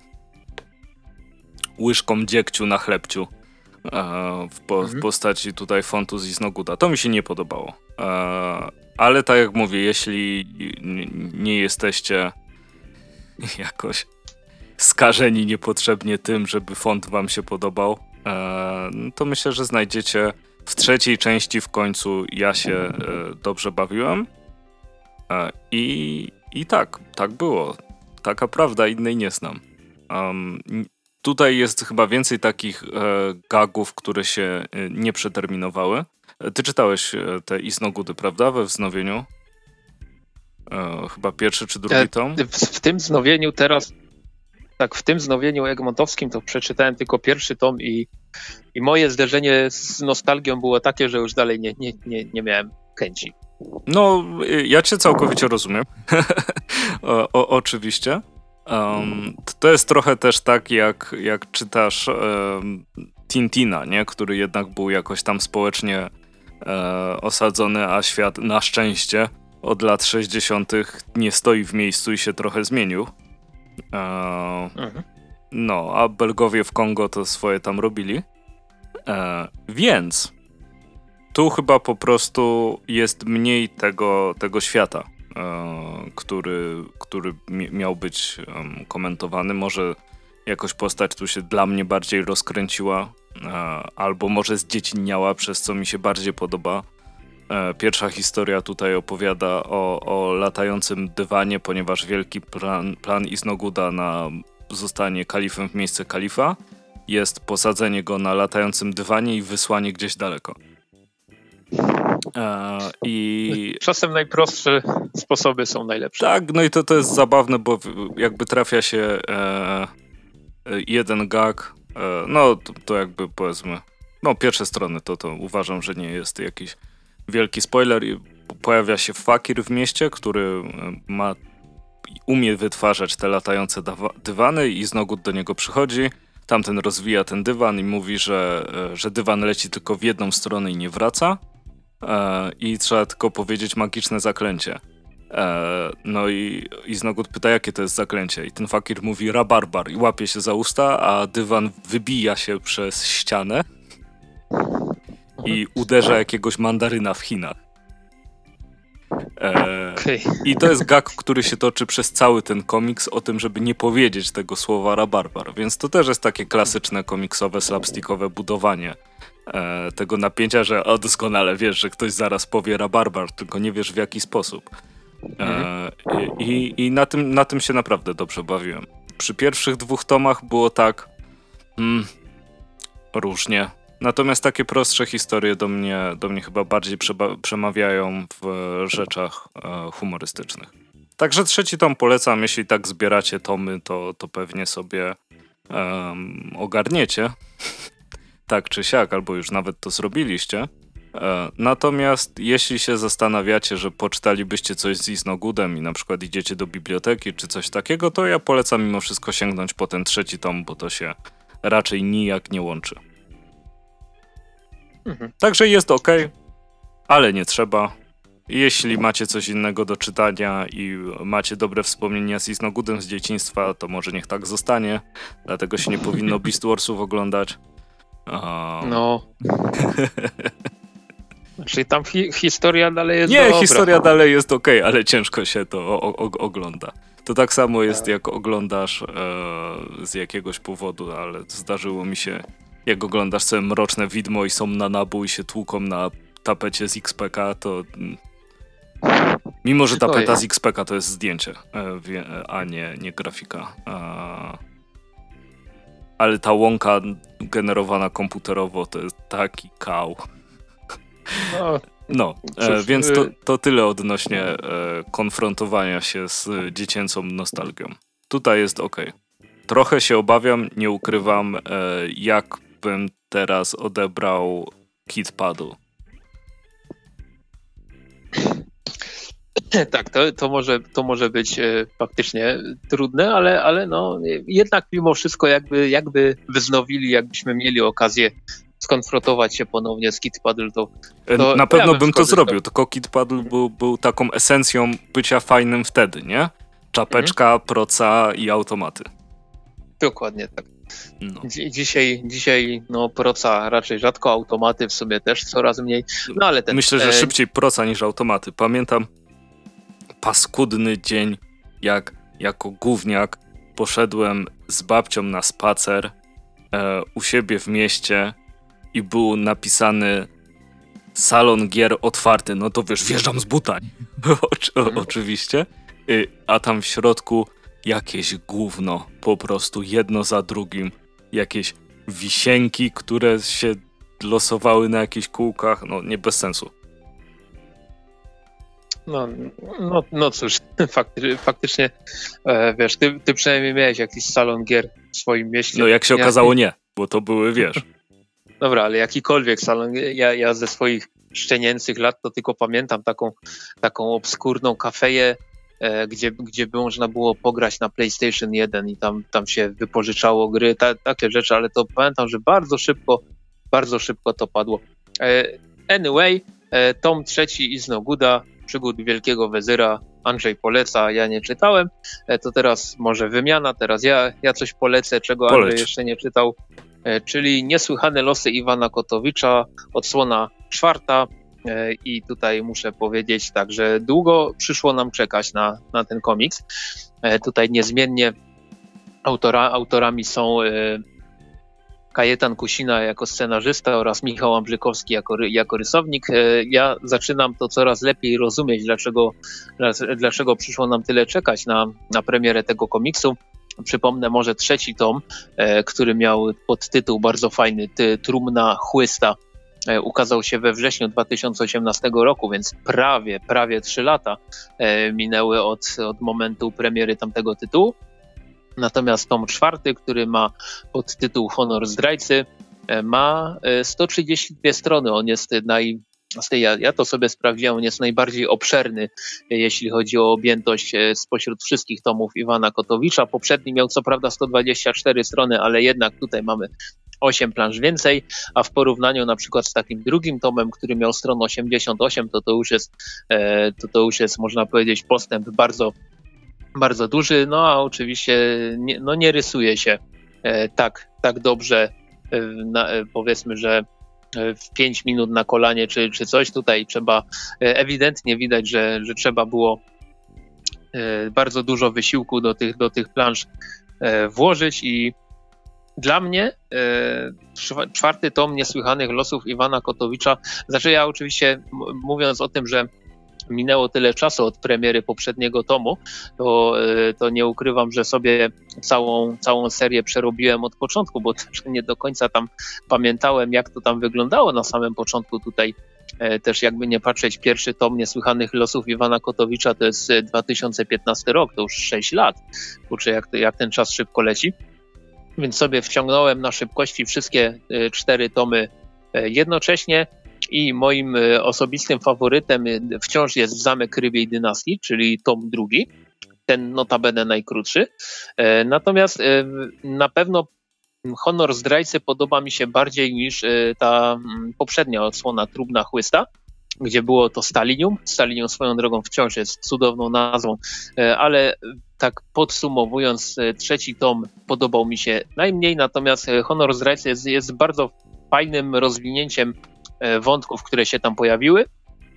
łyżką dziegciu na chlebciu e, w, po, mhm. w postaci tutaj fontu z Iznoguda. To mi się nie podobało. E, ale tak jak mówię, jeśli nie jesteście jakoś skażeni niepotrzebnie tym, żeby font wam się podobał, e, to myślę, że znajdziecie w trzeciej części w końcu ja się e, dobrze bawiłem. E, i, I tak, tak było. Taka prawda, innej nie znam. Um, tutaj jest chyba więcej takich e, gagów, które się e, nie przeterminowały. E, ty czytałeś e, te Iznogudy, prawda? We wznowieniu? E, chyba pierwszy czy drugi tom? W, w tym wznowieniu teraz, tak, w tym wznowieniu egmontowskim to przeczytałem tylko pierwszy tom i, i moje zderzenie z nostalgią było takie, że już dalej nie, nie, nie, nie miałem chęci. No, ja cię całkowicie rozumiem. o, o, oczywiście. Um, to jest trochę też tak, jak, jak czytasz um, Tintina, nie? Który jednak był jakoś tam społecznie e, osadzony, a świat na szczęście od lat sześćdziesiątych nie stoi w miejscu i się trochę zmienił. E, mhm. No, a Belgowie w Kongo to swoje tam robili. E, więc tu chyba po prostu jest mniej tego, tego świata, e, który, który mi, miał być um, komentowany. Może jakoś postać tu się dla mnie bardziej rozkręciła, e, albo może zdziecinniała, przez co mi się bardziej podoba. E, pierwsza historia tutaj opowiada o, o latającym dywanie, ponieważ wielki plan, plan Iznoguda na zostanie kalifem w miejsce kalifa jest posadzenie go na latającym dywanie i wysłanie gdzieś daleko. E, i Czasem najprostsze sposoby są najlepsze. Tak, no i to, to jest zabawne, bo jakby trafia się e, jeden gag, e, no to, to jakby powiedzmy, no pierwsze strony to, to uważam, że nie jest jakiś wielki spoiler. I pojawia się fakir w mieście, który ma umie wytwarzać te latające dawa- dywany i Iznogut do niego przychodzi. Tamten rozwija ten dywan i mówi, że, że dywan leci tylko w jedną stronę i nie wraca. E, I trzeba tylko powiedzieć magiczne zaklęcie. E, no i Iznogut pyta, jakie to jest zaklęcie. I ten fakir mówi rabarbar i łapie się za usta, a dywan wybija się przez ścianę i uderza jakiegoś mandaryna w Chinach. E, okay. I to jest gag, który się toczy przez cały ten komiks o tym, żeby nie powiedzieć tego słowa rabarbar. Więc to też jest takie klasyczne komiksowe, slapstickowe budowanie e, tego napięcia, że o, doskonale wiesz, że ktoś zaraz powie rabarbar, tylko nie wiesz w jaki sposób. E, i, I na tym, na tym się naprawdę dobrze bawiłem. Przy pierwszych dwóch tomach było tak mm, różnie. Natomiast takie prostsze historie do mnie, do mnie chyba bardziej przeba- przemawiają w rzeczach e, humorystycznych. Także trzeci tom polecam. Jeśli tak zbieracie tomy, to, to pewnie sobie um, ogarniecie. Tak czy siak, albo już nawet to zrobiliście. E, natomiast jeśli się zastanawiacie, że poczytalibyście coś z Iznogudem i na przykład idziecie do biblioteki czy coś takiego, to ja polecam mimo wszystko sięgnąć po ten trzeci tom, bo to się raczej nijak nie łączy. Mhm. Także jest ok, ale nie trzeba. Jeśli macie coś innego do czytania i macie dobre wspomnienia z Iznogudem z dzieciństwa, to może niech tak zostanie. Dlatego się nie powinno Beast Warsów oglądać. Um... No. Czyli tam hi- historia dalej jest Nie, dobra. historia dalej jest ok, ale ciężko się to o- o- ogląda. To tak samo jest, jak oglądasz e, z jakiegoś powodu, ale zdarzyło mi się, jak oglądasz sobie Mroczne Widmo i są na nabu i się tłuką na tapecie z X P K, to mimo, że tapeta z X P K to jest zdjęcie, a nie, nie grafika. Ale ta łąka generowana komputerowo to jest taki kał. No, no e, więc to, to tyle odnośnie e, konfrontowania się z dziecięcą nostalgią. Tutaj jest okej. trochę się obawiam, nie ukrywam, jak bym teraz odebrał Kid Paddle. Tak, to, to, może, to może być e, faktycznie trudne, ale, ale no, jednak mimo wszystko jakby, jakby wyznowili, jakbyśmy mieli okazję skonfrontować się ponownie z Kid Paddle, to, to na pewno ja bym to zrobił, tylko Kid Paddle był, był taką esencją bycia fajnym wtedy, nie? Czapeczka, mhm. proca i automaty. Dokładnie tak. No. Dzi- dzisiaj, dzisiaj no proca raczej rzadko, automaty w sumie też coraz mniej, no ale ten... Myślę, że szybciej proca niż automaty. Pamiętam paskudny dzień, jak jako gówniak poszedłem z babcią na spacer e, u siebie w mieście i był napisany salon gier otwarty. No to wiesz, wjeżdżam z buta. o, o, oczywiście. Y, a tam w środku jakieś gówno, po prostu jedno za drugim. Jakieś wisienki, które się losowały na jakichś kółkach. No nie bez sensu. No, no, no cóż, fakty, faktycznie, e, wiesz, ty, ty przynajmniej miałeś jakiś salon gier w swoim mieście. No jak się okazało nie, bo to były, wiesz. Dobra, ale jakikolwiek salon, ja, ja ze swoich szczenięcych lat to tylko pamiętam taką, taką obskurną kafeję, e, gdzie, gdzie by można było pograć na PlayStation jeden i tam, tam się wypożyczało gry, ta, takie rzeczy, ale to pamiętam, że bardzo szybko, bardzo szybko to padło. E, anyway, e, tom trzeci Is No Gooda, Przygód Wielkiego Wezyra, Andrzej poleca, ja nie czytałem, e, to teraz może wymiana, teraz ja, ja coś polecę, czego Poleć. Andrzej jeszcze nie czytał, e, czyli Niesłychane losy Iwana Kotowicza, odsłona czwarta e, i tutaj muszę powiedzieć tak, że długo przyszło nam czekać na, na ten komiks. E, tutaj niezmiennie autora, autorami są e, Kajetan Kusina jako scenarzysta oraz Michał Ambrzykowski jako, jako rysownik. Ja zaczynam to coraz lepiej rozumieć, dlaczego, dlaczego przyszło nam tyle czekać na, na premierę tego komiksu. Przypomnę może trzeci tom, który miał podtytuł bardzo fajny, Trumna Chłysta. Ukazał się we wrześniu dwa tysiące osiemnastego roku, więc prawie, prawie trzy lata minęły od, od momentu premiery tamtego tytułu. Natomiast tom czwarty, który ma podtytuł Honor Zdrajcy, ma sto trzydzieści dwie strony. On jest naj... Ja, ja to sobie sprawdziłem, on jest najbardziej obszerny, jeśli chodzi o objętość spośród wszystkich tomów Iwana Kotowicza. Poprzedni miał co prawda sto dwadzieścia cztery strony, ale jednak tutaj mamy osiem plansz więcej, a w porównaniu na przykład z takim drugim tomem, który miał stron osiemdziesiąt osiem, to to już jest, to to już jest można powiedzieć postęp bardzo bardzo duży, no a oczywiście nie, no nie rysuje się e, tak, tak dobrze, e, na, e, powiedzmy, że e, w pięć minut na kolanie czy, czy coś. Tutaj trzeba, e, ewidentnie widać, że, że trzeba było e, bardzo dużo wysiłku do tych, do tych plansz e, włożyć i dla mnie e, czwarty tom Niesłychanych losów Iwana Kotowicza, znaczy ja oczywiście m- mówiąc o tym, że minęło tyle czasu od premiery poprzedniego tomu, to, to nie ukrywam, że sobie całą, całą serię przerobiłem od początku, bo też nie do końca tam pamiętałem, jak to tam wyglądało na samym początku. Tutaj e, też jakby nie patrzeć, pierwszy tom Niesłychanych losów Iwana Kotowicza to jest dwa tysiące piętnasty rok, to już sześć lat. Kurczę, jak, jak ten czas szybko leci. Więc sobie wciągnąłem na szybkości wszystkie e, cztery tomy e, jednocześnie. I moim osobistym faworytem wciąż jest Zamek Rybiej Dynastii, czyli tom drugi, ten notabene najkrótszy. Natomiast na pewno Honor Zdrajcy podoba mi się bardziej niż ta poprzednia odsłona Trumna Chłysta, gdzie było to Stalinium. Stalinium swoją drogą wciąż jest cudowną nazwą, ale tak podsumowując, trzeci tom podobał mi się najmniej, natomiast Honor Zdrajcy jest, jest bardzo fajnym rozwinięciem wątków, które się tam pojawiły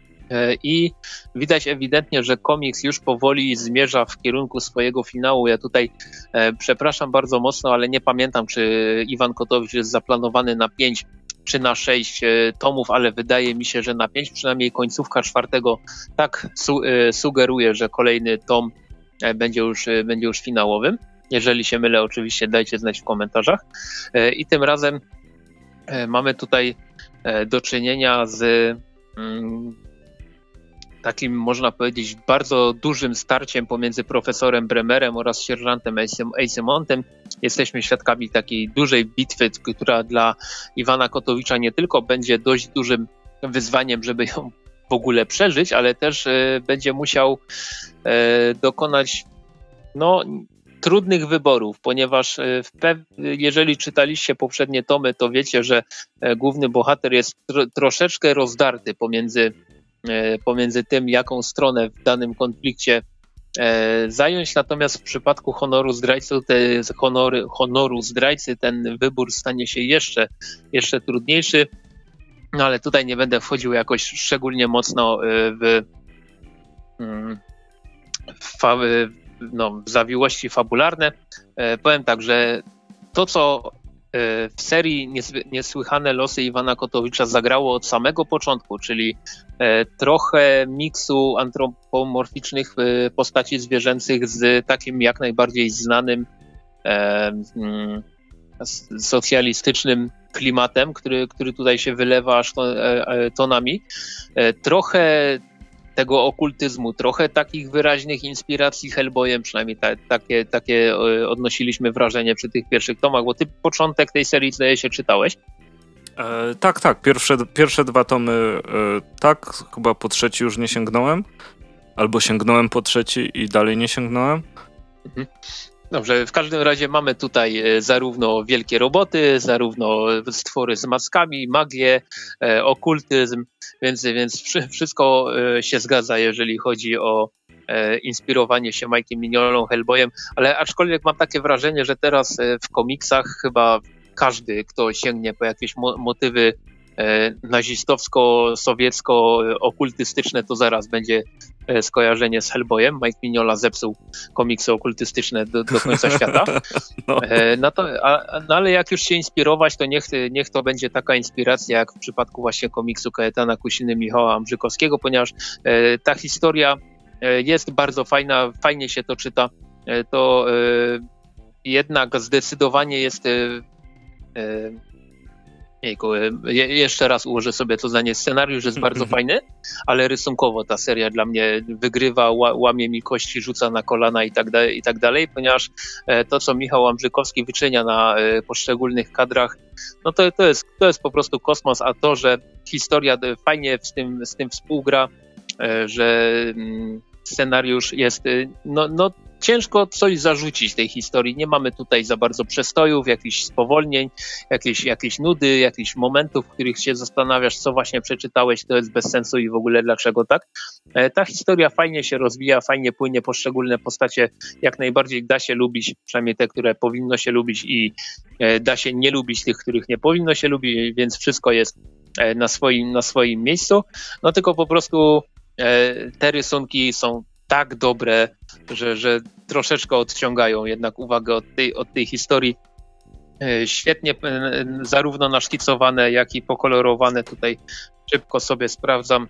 i widać ewidentnie, że komiks już powoli zmierza w kierunku swojego finału. Ja tutaj e, przepraszam bardzo mocno, ale nie pamiętam, czy Iwan Kotowicz jest zaplanowany na pięć czy na sześć e, tomów, ale wydaje mi się, że na pięć, przynajmniej końcówka czwartego tak su- e, sugeruje, że kolejny tom e, będzie już, e, będzie już finałowym. Jeżeli się mylę, oczywiście dajcie znać w komentarzach. E, I tym razem e, mamy tutaj do czynienia z mm, takim, można powiedzieć, bardzo dużym starciem pomiędzy profesorem Bremerem oraz sierżantem Acemontem. jesteśmy świadkami takiej dużej bitwy, która dla Iwana Kotowicza nie tylko będzie dość dużym wyzwaniem, żeby ją w ogóle przeżyć, ale też e, będzie musiał e, dokonać no, trudnych wyborów, ponieważ e, w pew- jeżeli czytaliście poprzednie tomy, to wiecie, że e, główny bohater jest tro- troszeczkę rozdarty pomiędzy, e, pomiędzy tym, jaką stronę w danym konflikcie e, zająć, natomiast w przypadku honoru zdrajcy, te honory, honoru zdrajcy ten wybór stanie się jeszcze, jeszcze trudniejszy. No ale tutaj nie będę wchodził jakoś szczególnie mocno w, w, no, w zawiłości fabularne. Powiem tak, że to, co w serii Niesłychane losy Iwana Kotowicza zagrało od samego początku, czyli trochę miksu antropomorficznych postaci zwierzęcych z takim jak najbardziej znanym socjalistycznym klimatem, który, który tutaj się wylewa aż tonami. Trochę tego okultyzmu, trochę takich wyraźnych inspiracji Hellboyem, przynajmniej ta, takie, takie odnosiliśmy wrażenie przy tych pierwszych tomach, bo ty początek tej serii, zdaje się, czytałeś. E, tak, tak. Pierwsze, pierwsze dwa tomy e, tak, chyba po trzeci już nie sięgnąłem. Albo sięgnąłem po trzeci i dalej nie sięgnąłem. Mhm. Dobrze, w każdym razie mamy tutaj zarówno wielkie roboty, zarówno stwory z maskami, magię, e, okultyzm, więc, więc wszystko się zgadza, jeżeli chodzi o e, inspirowanie się Mike'iem Mignolą, Hellboyem, ale aczkolwiek mam takie wrażenie, że teraz w komiksach chyba każdy, kto sięgnie po jakieś mo- motywy e, nazistowsko-sowiecko-okultystyczne, to zaraz będzie skojarzenie z Hellboyem. Mike Mignola zepsuł komiksy okultystyczne do, do końca świata. No. No, to, a, no ale jak już się inspirować, to niech, niech to będzie taka inspiracja, jak w przypadku właśnie komiksu Kajetana Kusiny Michała Ambrzykowskiego, ponieważ e, ta historia e, jest bardzo fajna, fajnie się to czyta. E, to e, jednak zdecydowanie jest e, e, Jejku, je, jeszcze raz ułożę sobie to zdanie. Scenariusz jest bardzo fajny, ale rysunkowo ta seria dla mnie wygrywa, ła, łamie mi kości, rzuca na kolana i tak, da, i tak dalej, ponieważ e, to, co Michał Ambrzykowski wyczynia na e, poszczególnych kadrach, no to, to, jest, to jest po prostu kosmos, a to, że historia fajnie z tym, z tym współgra, e, że mm, scenariusz jest, no, no ciężko coś zarzucić tej historii. Nie mamy tutaj za bardzo przestojów, jakichś spowolnień, jakieś, jakieś nudy, jakichś momentów, w których się zastanawiasz, co właśnie przeczytałeś, to jest bez sensu i w ogóle dlaczego tak. Ta historia fajnie się rozwija, fajnie płynie, poszczególne postacie jak najbardziej da się lubić, przynajmniej te, które powinno się lubić i da się nie lubić tych, których nie powinno się lubić, więc wszystko jest na swoim, na swoim miejscu. No tylko po prostu te rysunki są tak dobre, że, że troszeczkę odciągają jednak uwagę od tej, od tej historii. Świetnie zarówno naszkicowane, jak i pokolorowane. Tutaj szybko sobie sprawdzam,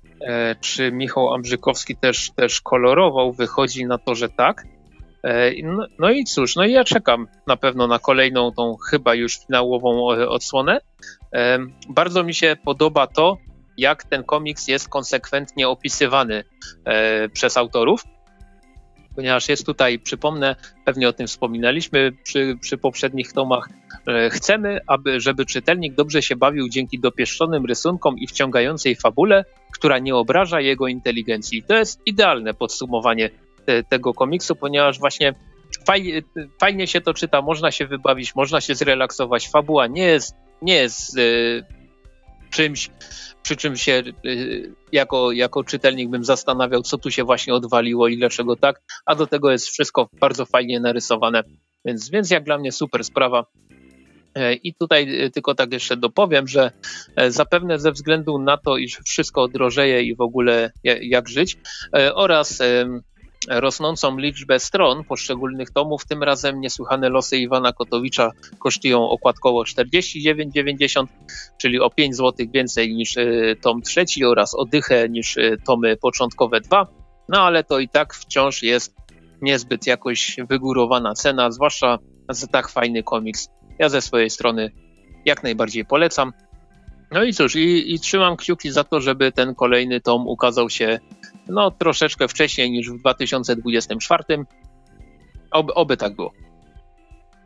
czy Michał Ambrzykowski też, też kolorował. Wychodzi na to, że tak. No, no i cóż, no i ja czekam na pewno na kolejną, tą chyba już finałową odsłonę. Bardzo mi się podoba to, jak ten komiks jest konsekwentnie opisywany e, przez autorów, ponieważ jest tutaj, przypomnę, pewnie o tym wspominaliśmy przy, przy poprzednich tomach, e, chcemy, aby, żeby czytelnik dobrze się bawił dzięki dopieszczonym rysunkom i wciągającej fabule, która nie obraża jego inteligencji. To jest idealne podsumowanie te, tego komiksu, ponieważ właśnie fajnie, fajnie się to czyta, można się wybawić, można się zrelaksować, fabuła nie jest, nie jest e, czymś, przy czym się y, jako, jako czytelnik bym zastanawiał, co tu się właśnie odwaliło i dlaczego tak, a do tego jest wszystko bardzo fajnie narysowane, więc, więc jak dla mnie super sprawa. E, I tutaj y, tylko tak jeszcze dopowiem, że e, zapewne ze względu na to, iż wszystko drożeje i w ogóle jak, jak żyć e, oraz e, rosnącą liczbę stron poszczególnych tomów, tym razem Niesłychane losy Iwana Kotowicza kosztują okładkowo czterdzieści dziewięć dziewięćdziesiąt, czyli o pięć złotych więcej niż tom trzeci oraz o dychę niż tomy początkowe dwa, no ale to i tak wciąż jest niezbyt jakoś wygórowana cena, zwłaszcza za tak fajny komiks. Ja ze swojej strony jak najbardziej polecam. No i cóż, i, i trzymam kciuki za to, żeby ten kolejny tom ukazał się no troszeczkę wcześniej niż w dwa tysiące dwudziestym czwartym. Oby, oby tak było.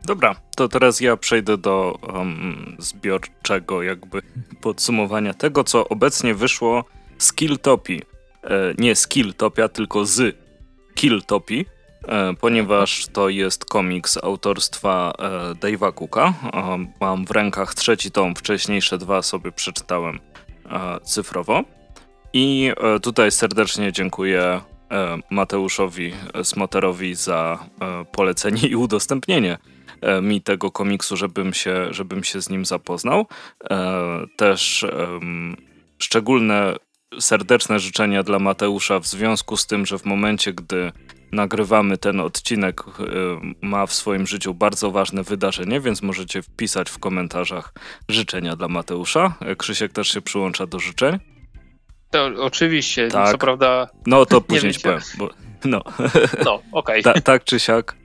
Dobra, to teraz ja przejdę do um, zbiorczego jakby podsumowania tego, co obecnie wyszło z Killtopii. E, nie z Killtopia, tylko z Killtopii, e, ponieważ to jest komiks autorstwa e, Dave'a Cooka. E, mam w rękach trzeci tom, wcześniejsze dwa sobie przeczytałem e, cyfrowo. I e, tutaj serdecznie dziękuję e, Mateuszowi Smoterowi za e, polecenie i udostępnienie mi tego komiksu, żebym się, żebym się z nim zapoznał. E, też um, szczególne, serdeczne życzenia dla Mateusza w związku z tym, że w momencie, gdy nagrywamy ten odcinek, e, ma w swoim życiu bardzo ważne wydarzenie, więc możecie wpisać w komentarzach życzenia dla Mateusza. Krzysiek też się przyłącza do życzeń. To oczywiście, tak. Co prawda... No to później ci powiem. Bo, no, no okej. Okay. Ta, tak czy siak...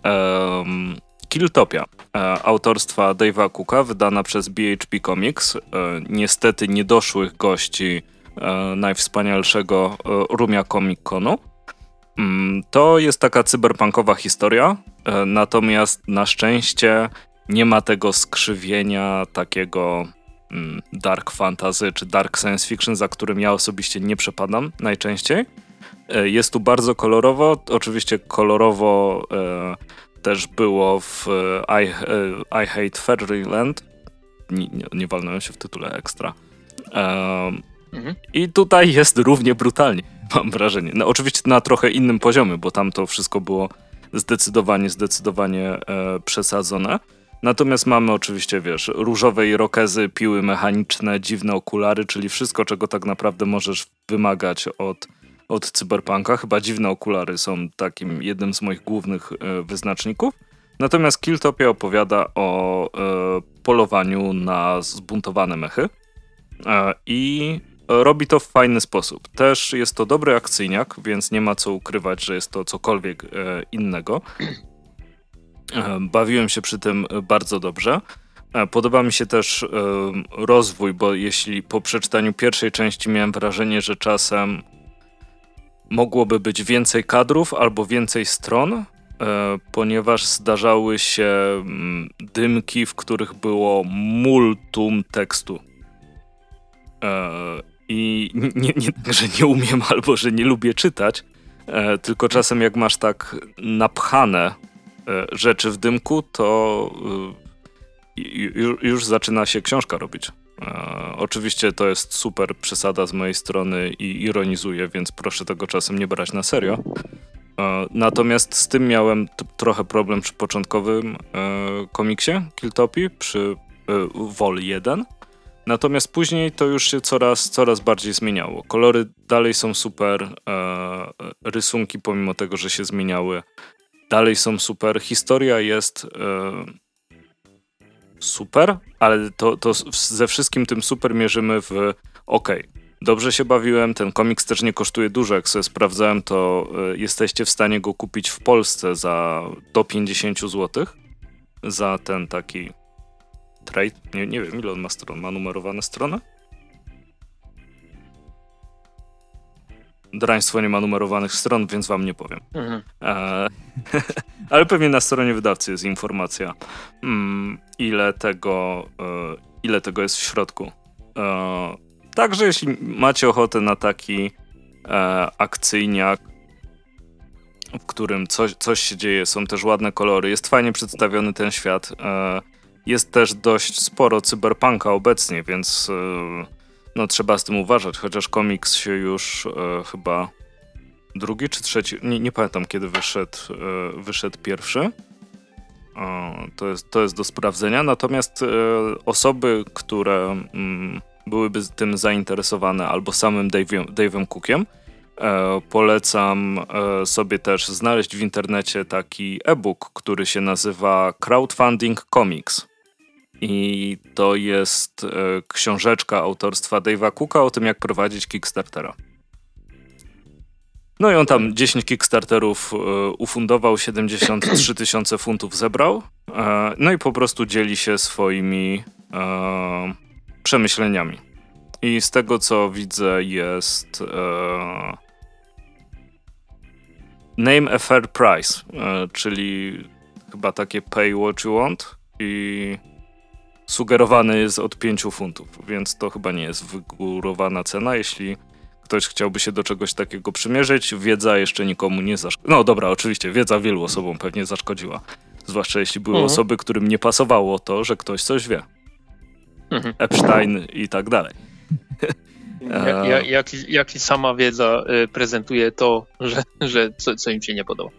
Um, Killtopia, e, autorstwa Dave'a Cooka, wydana przez B H P Comics. E, niestety niedoszłych gości e, najwspanialszego e, Rumia Comic Conu. Mm, to jest taka cyberpunkowa historia, e, natomiast na szczęście nie ma tego skrzywienia takiego mm, dark fantasy czy dark science fiction, za którym ja osobiście nie przepadam najczęściej. E, jest tu bardzo kolorowo, oczywiście kolorowo e, też było w I, I Hate Fairyland. Nie, nie, nie walnąłem się w tytule ekstra. Um, mhm. I tutaj jest równie brutalnie, mam wrażenie. No, oczywiście na trochę innym poziomie, bo tam to wszystko było zdecydowanie, zdecydowanie e, przesadzone. Natomiast mamy oczywiście, wiesz, różowe irokezy, piły mechaniczne, dziwne okulary, czyli wszystko, czego tak naprawdę możesz wymagać od od cyberpunka. Chyba dziwne okulary są takim jednym z moich głównych e, wyznaczników. Natomiast Killtopia opowiada o e, polowaniu na zbuntowane mechy e, i robi to w fajny sposób. Też jest to dobry akcyjniak, więc nie ma co ukrywać, że jest to cokolwiek e, innego. E, bawiłem się przy tym bardzo dobrze. E, podoba mi się też e, rozwój, bo jeśli po przeczytaniu pierwszej części miałem wrażenie, że czasem mogłoby być więcej kadrów albo więcej stron, e, ponieważ zdarzały się m, dymki, w których było multum tekstu. E, I nie, nie, że nie umiem albo że nie lubię czytać, e, tylko czasem jak masz tak napchane e, rzeczy w dymku, to e, już, już zaczyna się książka robić. E, oczywiście to jest super przesada z mojej strony i ironizuję, więc proszę tego czasem nie brać na serio. E, natomiast z tym miałem t- trochę problem przy początkowym e, komiksie Killtopii, przy e, Vol jeden. Natomiast później to już się coraz, coraz bardziej zmieniało. Kolory dalej są super, e, rysunki pomimo tego, że się zmieniały, dalej są super. Historia jest... E, super, ale to, to ze wszystkim tym super mierzymy w okej, okay, dobrze się bawiłem, ten komiks też nie kosztuje dużo, jak sobie sprawdzałem, to y, jesteście w stanie go kupić w Polsce za do pięćdziesiąt złotych za ten taki trade, nie, nie wiem ile on ma stron, ma numerowane strony? Draństwo nie ma numerowanych stron, więc wam nie powiem. Mhm. E, ale pewnie na stronie wydawcy jest informacja, mm, ile tego, e, ile tego jest w środku. E, także jeśli macie ochotę na taki e, akcyjniak, w którym coś, coś się dzieje, są też ładne kolory, jest fajnie przedstawiony ten świat. E, jest też dość sporo cyberpunka obecnie, więc e, no trzeba z tym uważać, chociaż komiks się już e, chyba drugi czy trzeci, nie, nie pamiętam kiedy wyszedł, e, wyszedł pierwszy. O, to, jest, to jest do sprawdzenia, natomiast e, osoby, które mm, byłyby tym zainteresowane albo samym Dave'em, Dave'em Cookiem, e, polecam e, sobie też znaleźć w internecie taki e-book, który się nazywa Crowdfunding Comics. I to jest e, książeczka autorstwa Dave'a Cooka o tym, jak prowadzić Kickstartera. No i on tam dziesięć Kickstarterów e, ufundował, siedemdziesiąt trzy tysiące funtów zebrał. E, no i po prostu dzieli się swoimi e, przemyśleniami. I z tego, co widzę, jest e, Name a Fair Price, e, czyli chyba takie pay what you want i sugerowane jest od pięciu funtów, więc to chyba nie jest wygórowana cena, jeśli ktoś chciałby się do czegoś takiego przymierzyć. Wiedza jeszcze nikomu nie zaszkodziła. No dobra, oczywiście, wiedza wielu osobom pewnie zaszkodziła. Zwłaszcza jeśli były mhm. osoby, którym nie pasowało to, że ktoś coś wie. Mhm. Epstein i tak dalej. Jak, jak, jak, jak i sama wiedza y, prezentuje to, że, że co, co im się nie podoba.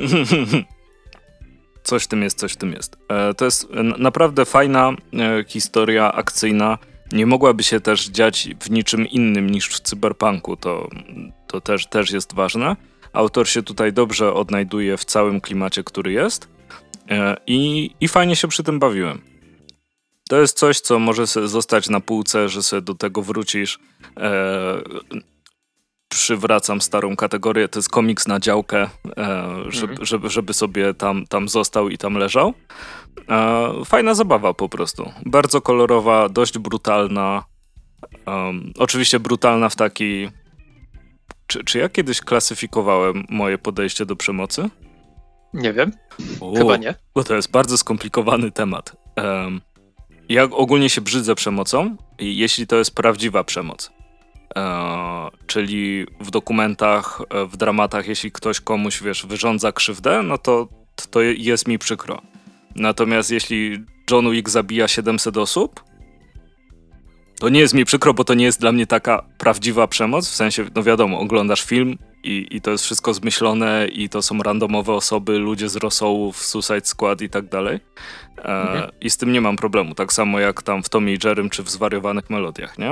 Coś w tym jest, coś w tym jest. E, to jest n- naprawdę fajna e, historia akcyjna. Nie mogłaby się też dziać w niczym innym niż w cyberpunku. To, to też, też jest ważne. Autor się tutaj dobrze odnajduje w całym klimacie, który jest. E, i, I fajnie się przy tym bawiłem. To jest coś, co może zostać na półce, że sobie do tego wrócisz. E, przywracam starą kategorię, to jest komiks na działkę, e, żeby, mhm. żeby, żeby sobie tam, tam został i tam leżał. E, fajna zabawa po prostu. Bardzo kolorowa, dość brutalna. Um, oczywiście brutalna w taki... Czy, czy ja kiedyś klasyfikowałem moje podejście do przemocy? Nie wiem. U, Chyba nie. Bo to jest bardzo skomplikowany temat. Um, ja ogólnie się brzydzę przemocą, jeśli to jest prawdziwa przemoc. E, czyli w dokumentach, w dramatach, jeśli ktoś komuś, wiesz, wyrządza krzywdę, no to, to jest mi przykro. Natomiast jeśli John Wick zabija siedemset osób, to nie jest mi przykro, bo to nie jest dla mnie taka prawdziwa przemoc, w sensie, no wiadomo, oglądasz film i, i to jest wszystko zmyślone i to są randomowe osoby, ludzie z rosołów, Suicide Squad i tak dalej. E, mhm. I z tym nie mam problemu, tak samo jak tam w Tomie i Jerrym czy w Zwariowanych Melodiach, nie?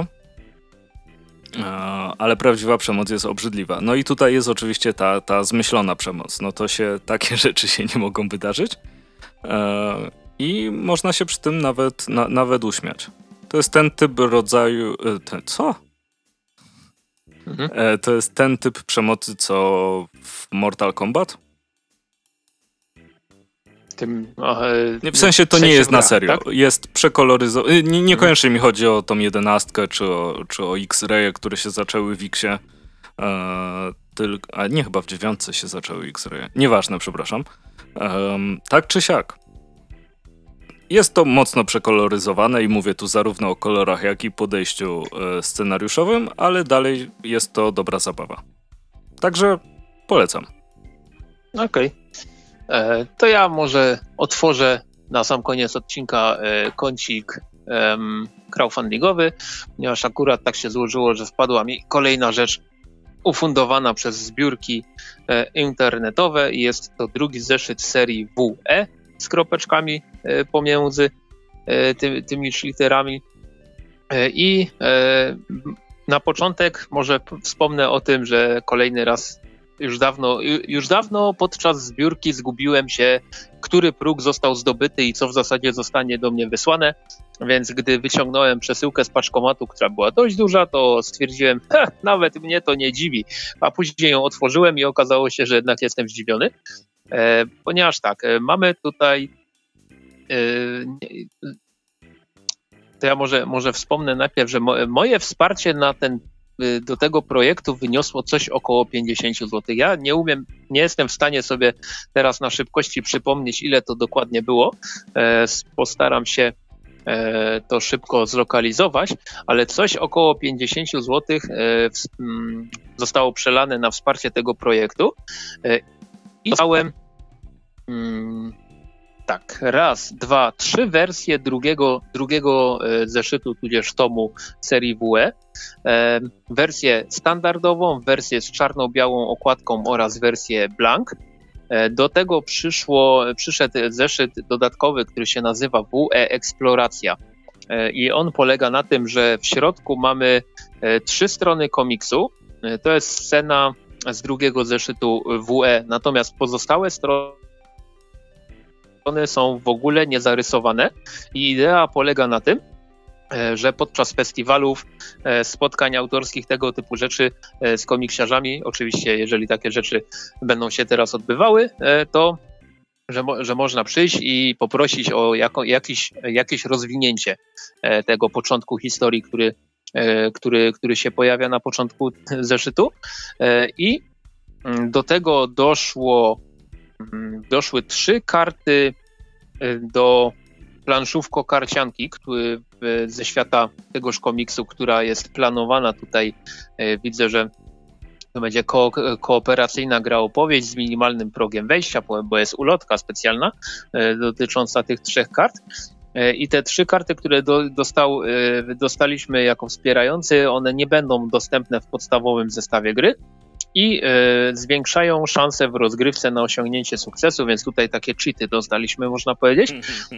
Ale prawdziwa przemoc jest obrzydliwa. No i tutaj jest oczywiście ta, ta zmyślona przemoc. No to się, takie rzeczy się nie mogą wydarzyć. E, I można się przy tym nawet, na, nawet uśmiać. To jest ten typ rodzaju... Ten, co? Mhm. E, to jest ten typ przemocy, co w Mortal Kombat? Tym, e, w sensie to w sensie nie jest na serio. Tak? Jest przekoloryzowane. Nie, niekoniecznie mi chodzi o tą jedenastkę, czy o, czy o X-raye, które się zaczęły w X-ie. E, tylko, a nie, chyba w dziewiątce się zaczęły X-raye. Nieważne, przepraszam. E, tak czy siak. Jest to mocno przekoloryzowane i mówię tu zarówno o kolorach, jak i podejściu e, scenariuszowym, ale dalej jest to dobra zabawa. Także polecam. Okej. Okay. To ja może otworzę na sam koniec odcinka kącik crowdfundingowy, ponieważ akurat tak się złożyło, że wpadła mi kolejna rzecz ufundowana przez zbiórki internetowe i jest to drugi zeszyt serii W E z kropeczkami pomiędzy ty, tymi literami. I na początek może wspomnę o tym, że kolejny raz Już dawno, już dawno podczas zbiórki zgubiłem się, który próg został zdobyty i co w zasadzie zostanie do mnie wysłane, więc gdy wyciągnąłem przesyłkę z paczkomatu, która była dość duża, to stwierdziłem, nawet mnie to nie dziwi, a później ją otworzyłem i okazało się, że jednak jestem zdziwiony, e, ponieważ tak, mamy tutaj e, to ja może, może wspomnę najpierw, że mo, moje wsparcie na ten do tego projektu wyniosło coś około pięćdziesiąt złotych. Ja nie umiem, nie jestem w stanie sobie teraz na szybkości przypomnieć, ile to dokładnie było. E, postaram się e, to szybko zlokalizować, ale coś około pięćdziesiąt złotych e, w, m, zostało przelane na wsparcie tego projektu. E, I dostałem m, tak, raz, dwa, trzy wersje drugiego, drugiego zeszytu, tudzież tomu serii W E. E, wersję standardową, wersję z czarno-białą okładką oraz wersję blank. E, do tego przyszło, przyszedł zeszyt dodatkowy, który się nazywa W E Eksploracja. E, I on polega na tym, że w środku mamy e, trzy strony komiksu. E, to jest scena z drugiego zeszytu W E, natomiast pozostałe strony są w ogóle niezarysowane i idea polega na tym, że podczas festiwalów, spotkań autorskich, tego typu rzeczy z komiksiarzami, oczywiście jeżeli takie rzeczy będą się teraz odbywały, to że, mo- że można przyjść i poprosić o jako, jakiś, jakieś rozwinięcie tego początku historii, który, który, który się pojawia na początku zeszytu. I do tego doszło doszły trzy karty do planszówko-karcianki, który ze świata tegoż komiksu, która jest planowana tutaj. Widzę, że to będzie ko- kooperacyjna gra opowieść z minimalnym progiem wejścia, bo jest ulotka specjalna dotycząca tych trzech kart. I te trzy karty, które do, dostał, dostaliśmy jako wspierający, one nie będą dostępne w podstawowym zestawie gry i zwiększają szanse w rozgrywce na osiągnięcie sukcesu, więc tutaj takie cheaty dostaliśmy, można powiedzieć.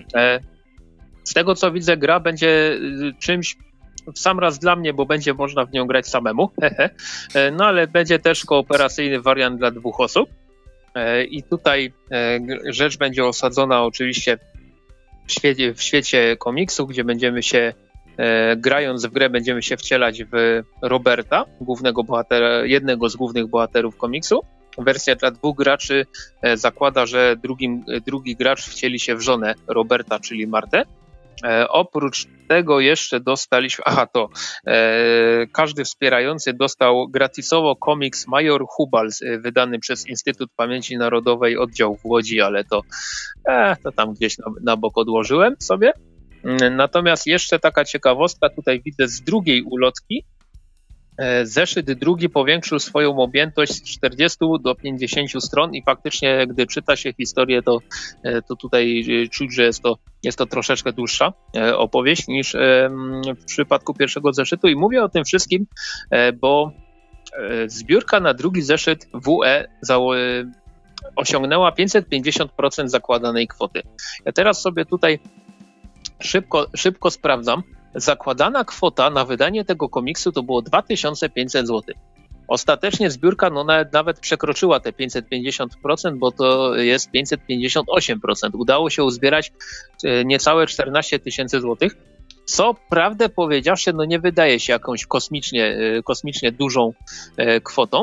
Z tego co widzę, gra będzie czymś w sam raz dla mnie, bo będzie można w nią grać samemu, no ale będzie też kooperacyjny wariant dla dwóch osób i tutaj rzecz będzie osadzona oczywiście w świecie, w świecie komiksu, gdzie będziemy się, e, grając w grę, będziemy się wcielać w Roberta, głównego bohatera, jednego z głównych bohaterów komiksu. Wersja dla dwóch graczy e, zakłada, że drugim, drugi gracz wcieli się w żonę Roberta, czyli Martę. E, oprócz tego jeszcze dostaliśmy, aha to, e, każdy wspierający dostał gratisowo komiks Major Hubals, e, wydany przez Instytut Pamięci Narodowej oddział w Łodzi, ale to, e, to tam gdzieś na, na bok odłożyłem sobie. E, natomiast jeszcze taka ciekawostka, tutaj widzę z drugiej ulotki, e, zeszyt drugi powiększył swoją objętość z czterdziestu do pięćdziesięciu stron i faktycznie, gdy czyta się historię, to, e, to tutaj czuć, że jest to Jest to troszeczkę dłuższa e, opowieść niż e, w przypadku pierwszego zeszytu i mówię o tym wszystkim, e, bo e, zbiórka na drugi zeszyt W E zało- osiągnęła pięćset pięćdziesiąt procent zakładanej kwoty. Ja teraz sobie tutaj szybko, szybko sprawdzam. Zakładana kwota na wydanie tego komiksu to było dwa tysiące pięćset złotych. Ostatecznie zbiórka no nawet, nawet przekroczyła te pięćset pięćdziesiąt procent, bo to jest pięćset pięćdziesiąt osiem procent. Udało się uzbierać niecałe czternaście tysięcy złotych, co prawdę powiedziawszy no nie wydaje się jakąś kosmicznie, kosmicznie dużą kwotą.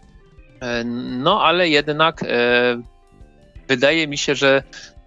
No ale jednak wydaje mi się, że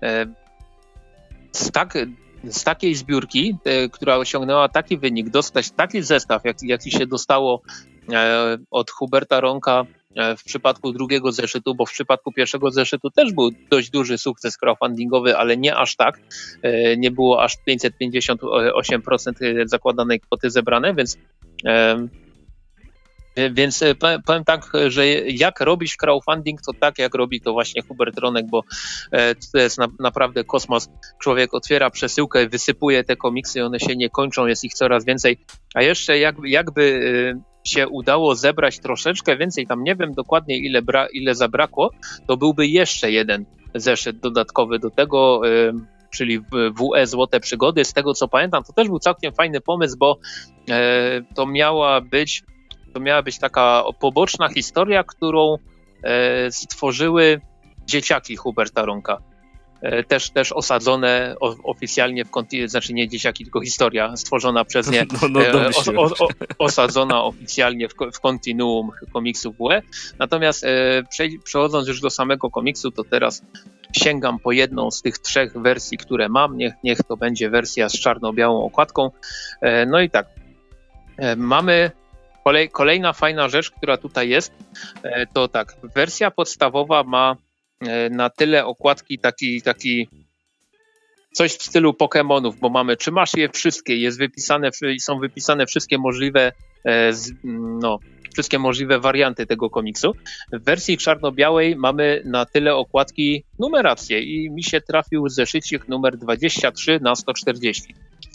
z tak z takiej zbiórki, e, która osiągnęła taki wynik, dostać taki zestaw, jak, jaki się dostało e, od Huberta Ronka e, w przypadku drugiego zeszytu, bo w przypadku pierwszego zeszytu też był dość duży sukces crowdfundingowy, ale nie aż tak. E, nie było aż pięćset pięćdziesiąt osiem procent zakładanej kwoty zebrane, więc e, Więc powiem tak, że jak robić crowdfunding, to tak jak robi to właśnie Hubert Ronek, bo to jest na, naprawdę kosmos. Człowiek otwiera przesyłkę, wysypuje te komiksy, one się nie kończą, jest ich coraz więcej. A jeszcze jakby, jakby się udało zebrać troszeczkę więcej, tam nie wiem dokładnie ile, bra, ile zabrakło, to byłby jeszcze jeden zeszyt dodatkowy do tego, czyli W E Złote Przygody. Z tego co pamiętam, to też był całkiem fajny pomysł, bo to miała być To miała być taka poboczna historia, którą e, stworzyły dzieciaki Huberta Ronka. E, też, też osadzone o, oficjalnie w konti- znaczy nie dzieciaki, tylko historia stworzona przez nie, no, no, e, os, o, o, osadzona oficjalnie w, w kontinuum komiksu W E. Natomiast e, prze- przechodząc już do samego komiksu, to teraz sięgam po jedną z tych trzech wersji, które mam. Niech, niech to będzie wersja z czarno-białą okładką. E, no i tak, e, mamy Kolej, kolejna fajna rzecz, która tutaj jest, to tak, wersja podstawowa ma na tyle okładki taki, taki coś w stylu Pokemonów, bo mamy, czy masz je wszystkie, jest wypisane, są wypisane wszystkie możliwe, no, wszystkie możliwe warianty tego komiksu. W wersji czarno-białej mamy na tyle okładki numerację i mi się trafił zeszycik numer dwadzieścia trzy na sto czterdzieści.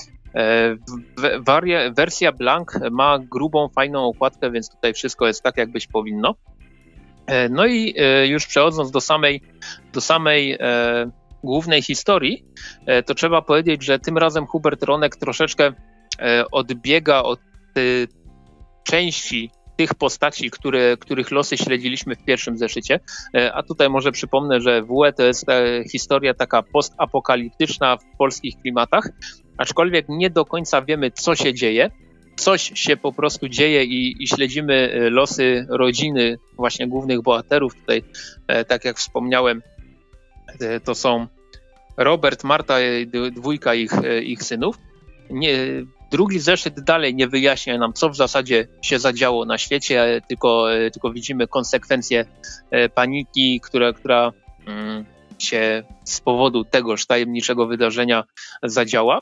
Waria, wersja Blank ma grubą, fajną okładkę, więc tutaj wszystko jest tak, jak być powinno. No i już przechodząc do samej, do samej e, głównej historii, e, to trzeba powiedzieć, że tym razem Hubert Ronek troszeczkę e, odbiega od e, części tych postaci, które, których losy śledziliśmy w pierwszym zeszycie, e, a tutaj może przypomnę, że W E to jest e, historia taka postapokaliptyczna w polskich klimatach, aczkolwiek nie do końca wiemy, co się dzieje. Coś się po prostu dzieje i, i śledzimy losy rodziny właśnie głównych bohaterów. Tutaj, e, tak jak wspomniałem, e, to są Robert, Marta, dwójka ich, e, ich synów. Nie, drugi zeszyt dalej nie wyjaśnia nam, co w zasadzie się zadziało na świecie, tylko, e, tylko widzimy konsekwencje e, paniki, która, która mm, się z powodu tegoż tajemniczego wydarzenia zadziała.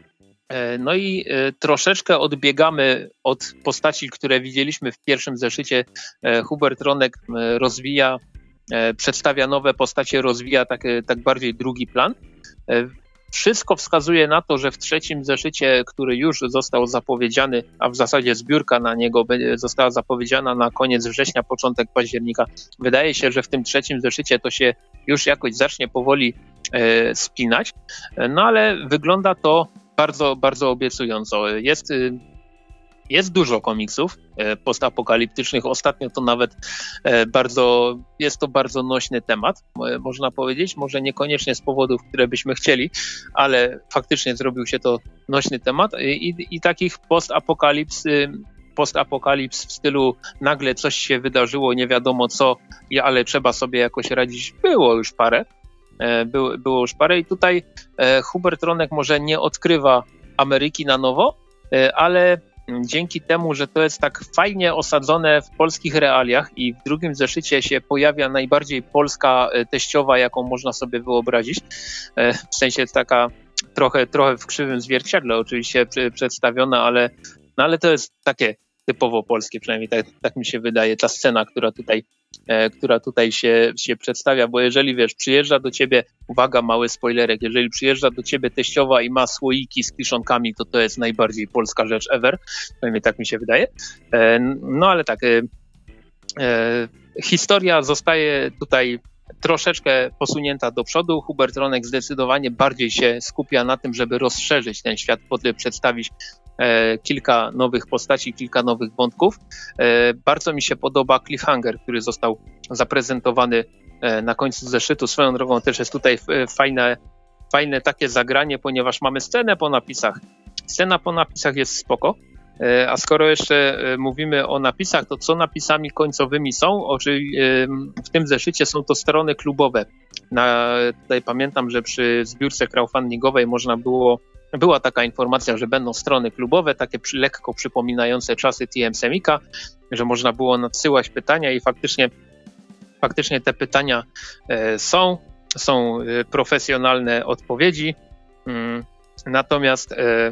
No i troszeczkę odbiegamy od postaci, które widzieliśmy w pierwszym zeszycie. Hubert Ronek rozwija, przedstawia nowe postacie, rozwija tak, tak bardziej drugi plan. Wszystko wskazuje na to, że w trzecim zeszycie, który już został zapowiedziany, a w zasadzie zbiórka na niego została zapowiedziana na koniec września, początek października, wydaje się, że w tym trzecim zeszycie to się już jakoś zacznie powoli e, spinać, no ale wygląda to bardzo, bardzo obiecująco. Jest, jest dużo komiksów postapokaliptycznych. Ostatnio to nawet bardzo, jest to bardzo nośny temat, można powiedzieć. Może niekoniecznie z powodów, które byśmy chcieli, ale faktycznie zrobił się to nośny temat i, i takich postapokalips, postapokalips w stylu nagle coś się wydarzyło, nie wiadomo co, ale trzeba sobie jakoś radzić, było już parę. Było, było już parę i tutaj Hubert Ronek może nie odkrywa Ameryki na nowo, ale dzięki temu, że to jest tak fajnie osadzone w polskich realiach i w drugim zeszycie się pojawia najbardziej polska teściowa, jaką można sobie wyobrazić, w sensie taka trochę, trochę w krzywym zwierciadle oczywiście przedstawiona, ale, no ale to jest takie typowo polskie, przynajmniej tak, tak mi się wydaje, ta scena, która tutaj, e, która tutaj się, się przedstawia, bo jeżeli wiesz, przyjeżdża do ciebie, uwaga, mały spoilerek, jeżeli przyjeżdża do ciebie teściowa i ma słoiki z kiszonkami, to to jest najbardziej polska rzecz ever, przynajmniej tak mi się wydaje. E, no ale tak, e, e, historia zostaje tutaj troszeczkę posunięta do przodu. Hubert Ronek zdecydowanie bardziej się skupia na tym, żeby rozszerzyć ten świat, przedstawić e, kilka nowych postaci, kilka nowych wątków. E, bardzo mi się podoba cliffhanger, który został zaprezentowany e, na końcu zeszytu. Swoją drogą też jest tutaj fajne, fajne takie zagranie, ponieważ mamy scenę po napisach. Scena po napisach jest spoko. A skoro jeszcze mówimy o napisach, to co napisami końcowymi są? W tym zeszycie są to strony klubowe. Na, tutaj pamiętam, że przy zbiórce crowdfundingowej można było, była taka informacja, że będą strony klubowe, takie przy, lekko przypominające czasy T M Semika, że można było nadsyłać pytania i faktycznie, faktycznie te pytania są, są profesjonalne odpowiedzi. Natomiast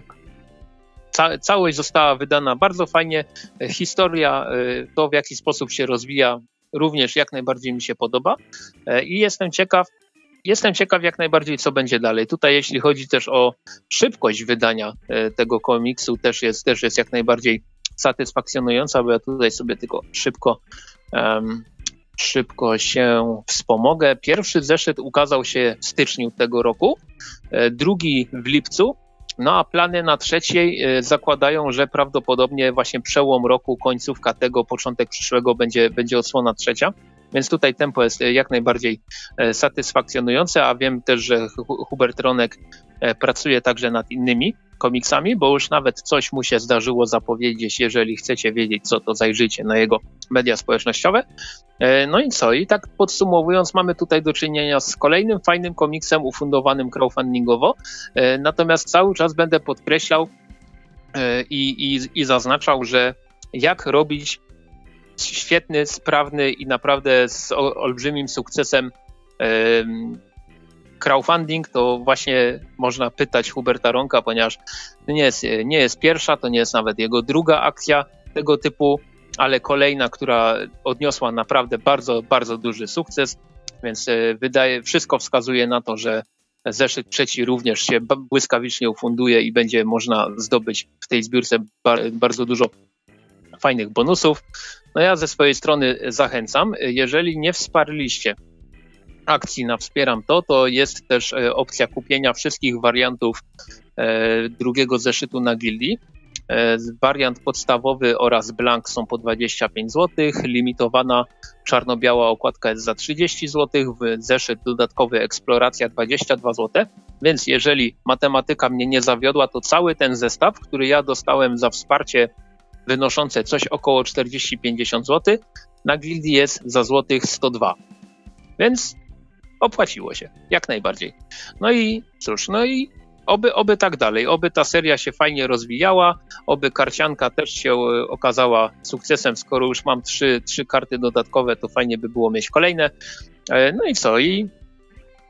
Ca- całość została wydana bardzo fajnie. Historia, to w jaki sposób się rozwija, również jak najbardziej mi się podoba i jestem ciekaw, jestem ciekaw jak najbardziej, co będzie dalej. Tutaj jeśli chodzi też o szybkość wydania tego komiksu, też jest, też jest jak najbardziej satysfakcjonująca, bo ja tutaj sobie tylko szybko, um, szybko się wspomogę. Pierwszy zeszyt ukazał się w styczniu tego roku, drugi w lipcu. No a plany na trzeciej zakładają, że prawdopodobnie właśnie przełom roku, końcówka tego, początek przyszłego będzie, będzie odsłona trzecia. Więc tutaj tempo jest jak najbardziej satysfakcjonujące, a wiem też, że Hubert Ronek pracuje także nad innymi komiksami, bo już nawet coś mu się zdarzyło zapowiedzieć. Jeżeli chcecie wiedzieć, co, to zajrzyjcie na jego media społecznościowe. No i co? I tak podsumowując, mamy tutaj do czynienia z kolejnym fajnym komiksem ufundowanym crowdfundingowo. Natomiast cały czas będę podkreślał i, i, i zaznaczał, że jak robić świetny, sprawny i naprawdę z olbrzymim sukcesem crowdfunding, to właśnie można pytać Huberta Ronka, ponieważ nie jest, nie jest pierwsza, to nie jest nawet jego druga akcja tego typu, ale kolejna, która odniosła naprawdę bardzo, bardzo duży sukces, więc wydaje, wszystko wskazuje na to, że zeszyt trzeci również się błyskawicznie ufunduje i będzie można zdobyć w tej zbiórce bardzo dużo fajnych bonusów. No ja ze swojej strony zachęcam, jeżeli nie wsparliście akcji na Wspieram To, to jest też opcja kupienia wszystkich wariantów drugiego zeszytu na Gildii. Wariant podstawowy oraz blank są po dwadzieścia pięć złotych, limitowana czarno-biała okładka jest za trzydzieści złotych, zeszyt dodatkowy Eksploracja dwadzieścia dwa złote, więc jeżeli matematyka mnie nie zawiodła, to cały ten zestaw, który ja dostałem za wsparcie wynoszące coś około czterdzieści do pięćdziesięciu złotych, na Gildii jest za złotych sto dwa, więc opłaciło się, jak najbardziej. No i cóż, no i Oby, oby tak dalej, oby ta seria się fajnie rozwijała, oby karcianka też się okazała sukcesem. Skoro już mam trzy, trzy karty dodatkowe, to fajnie by było mieć kolejne. No i co? I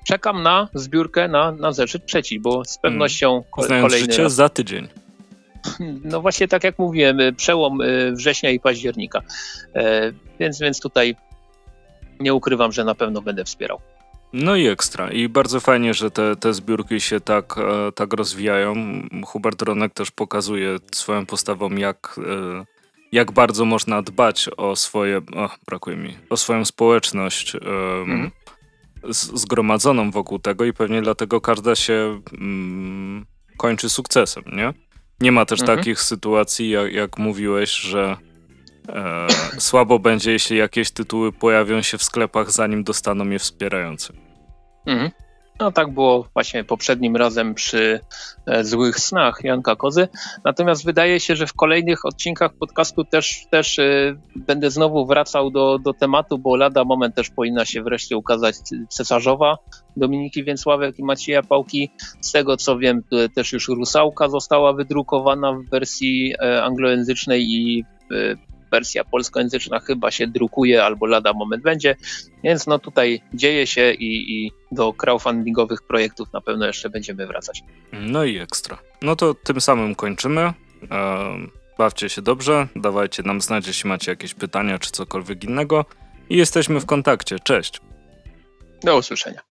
czekam na zbiórkę na, na zeszyt trzeci, bo z pewnością hmm. Znając kolejny życie raz. za tydzień. No właśnie tak jak mówiłem, przełom września i października, więc, więc tutaj nie ukrywam, że na pewno będę wspierał. No i ekstra. I bardzo fajnie, że te, te zbiórki się tak, tak rozwijają. Hubert Ronek też pokazuje swoją postawą, jak, jak bardzo można dbać o swoje, o, brakuje mi, o swoją społeczność mhm. z, zgromadzoną wokół tego i pewnie dlatego każda się mm, kończy sukcesem, nie? Nie ma też mhm. takich sytuacji, jak, jak mówiłeś, że e, słabo będzie, jeśli jakieś tytuły pojawią się w sklepach, zanim dostaną je wspierający. Mhm. No tak było właśnie poprzednim razem przy e, Złych Snach Janka Kozy. Natomiast wydaje się, że w kolejnych odcinkach podcastu też, też e, będę znowu wracał do, do tematu, bo lada moment też powinna się wreszcie ukazać Cesarzowa Dominiki Więcławek i Macieja Pałki. Z tego co wiem, też już Rusałka została wydrukowana w wersji e, anglojęzycznej i e, wersja polskojęzyczna chyba się drukuje albo lada moment będzie, więc no tutaj dzieje się i, i do crowdfundingowych projektów na pewno jeszcze będziemy wracać. No i ekstra. No to tym samym kończymy. E, bawcie się dobrze, dawajcie nam znać, jeśli macie jakieś pytania czy cokolwiek innego i jesteśmy w kontakcie. Cześć. Do usłyszenia.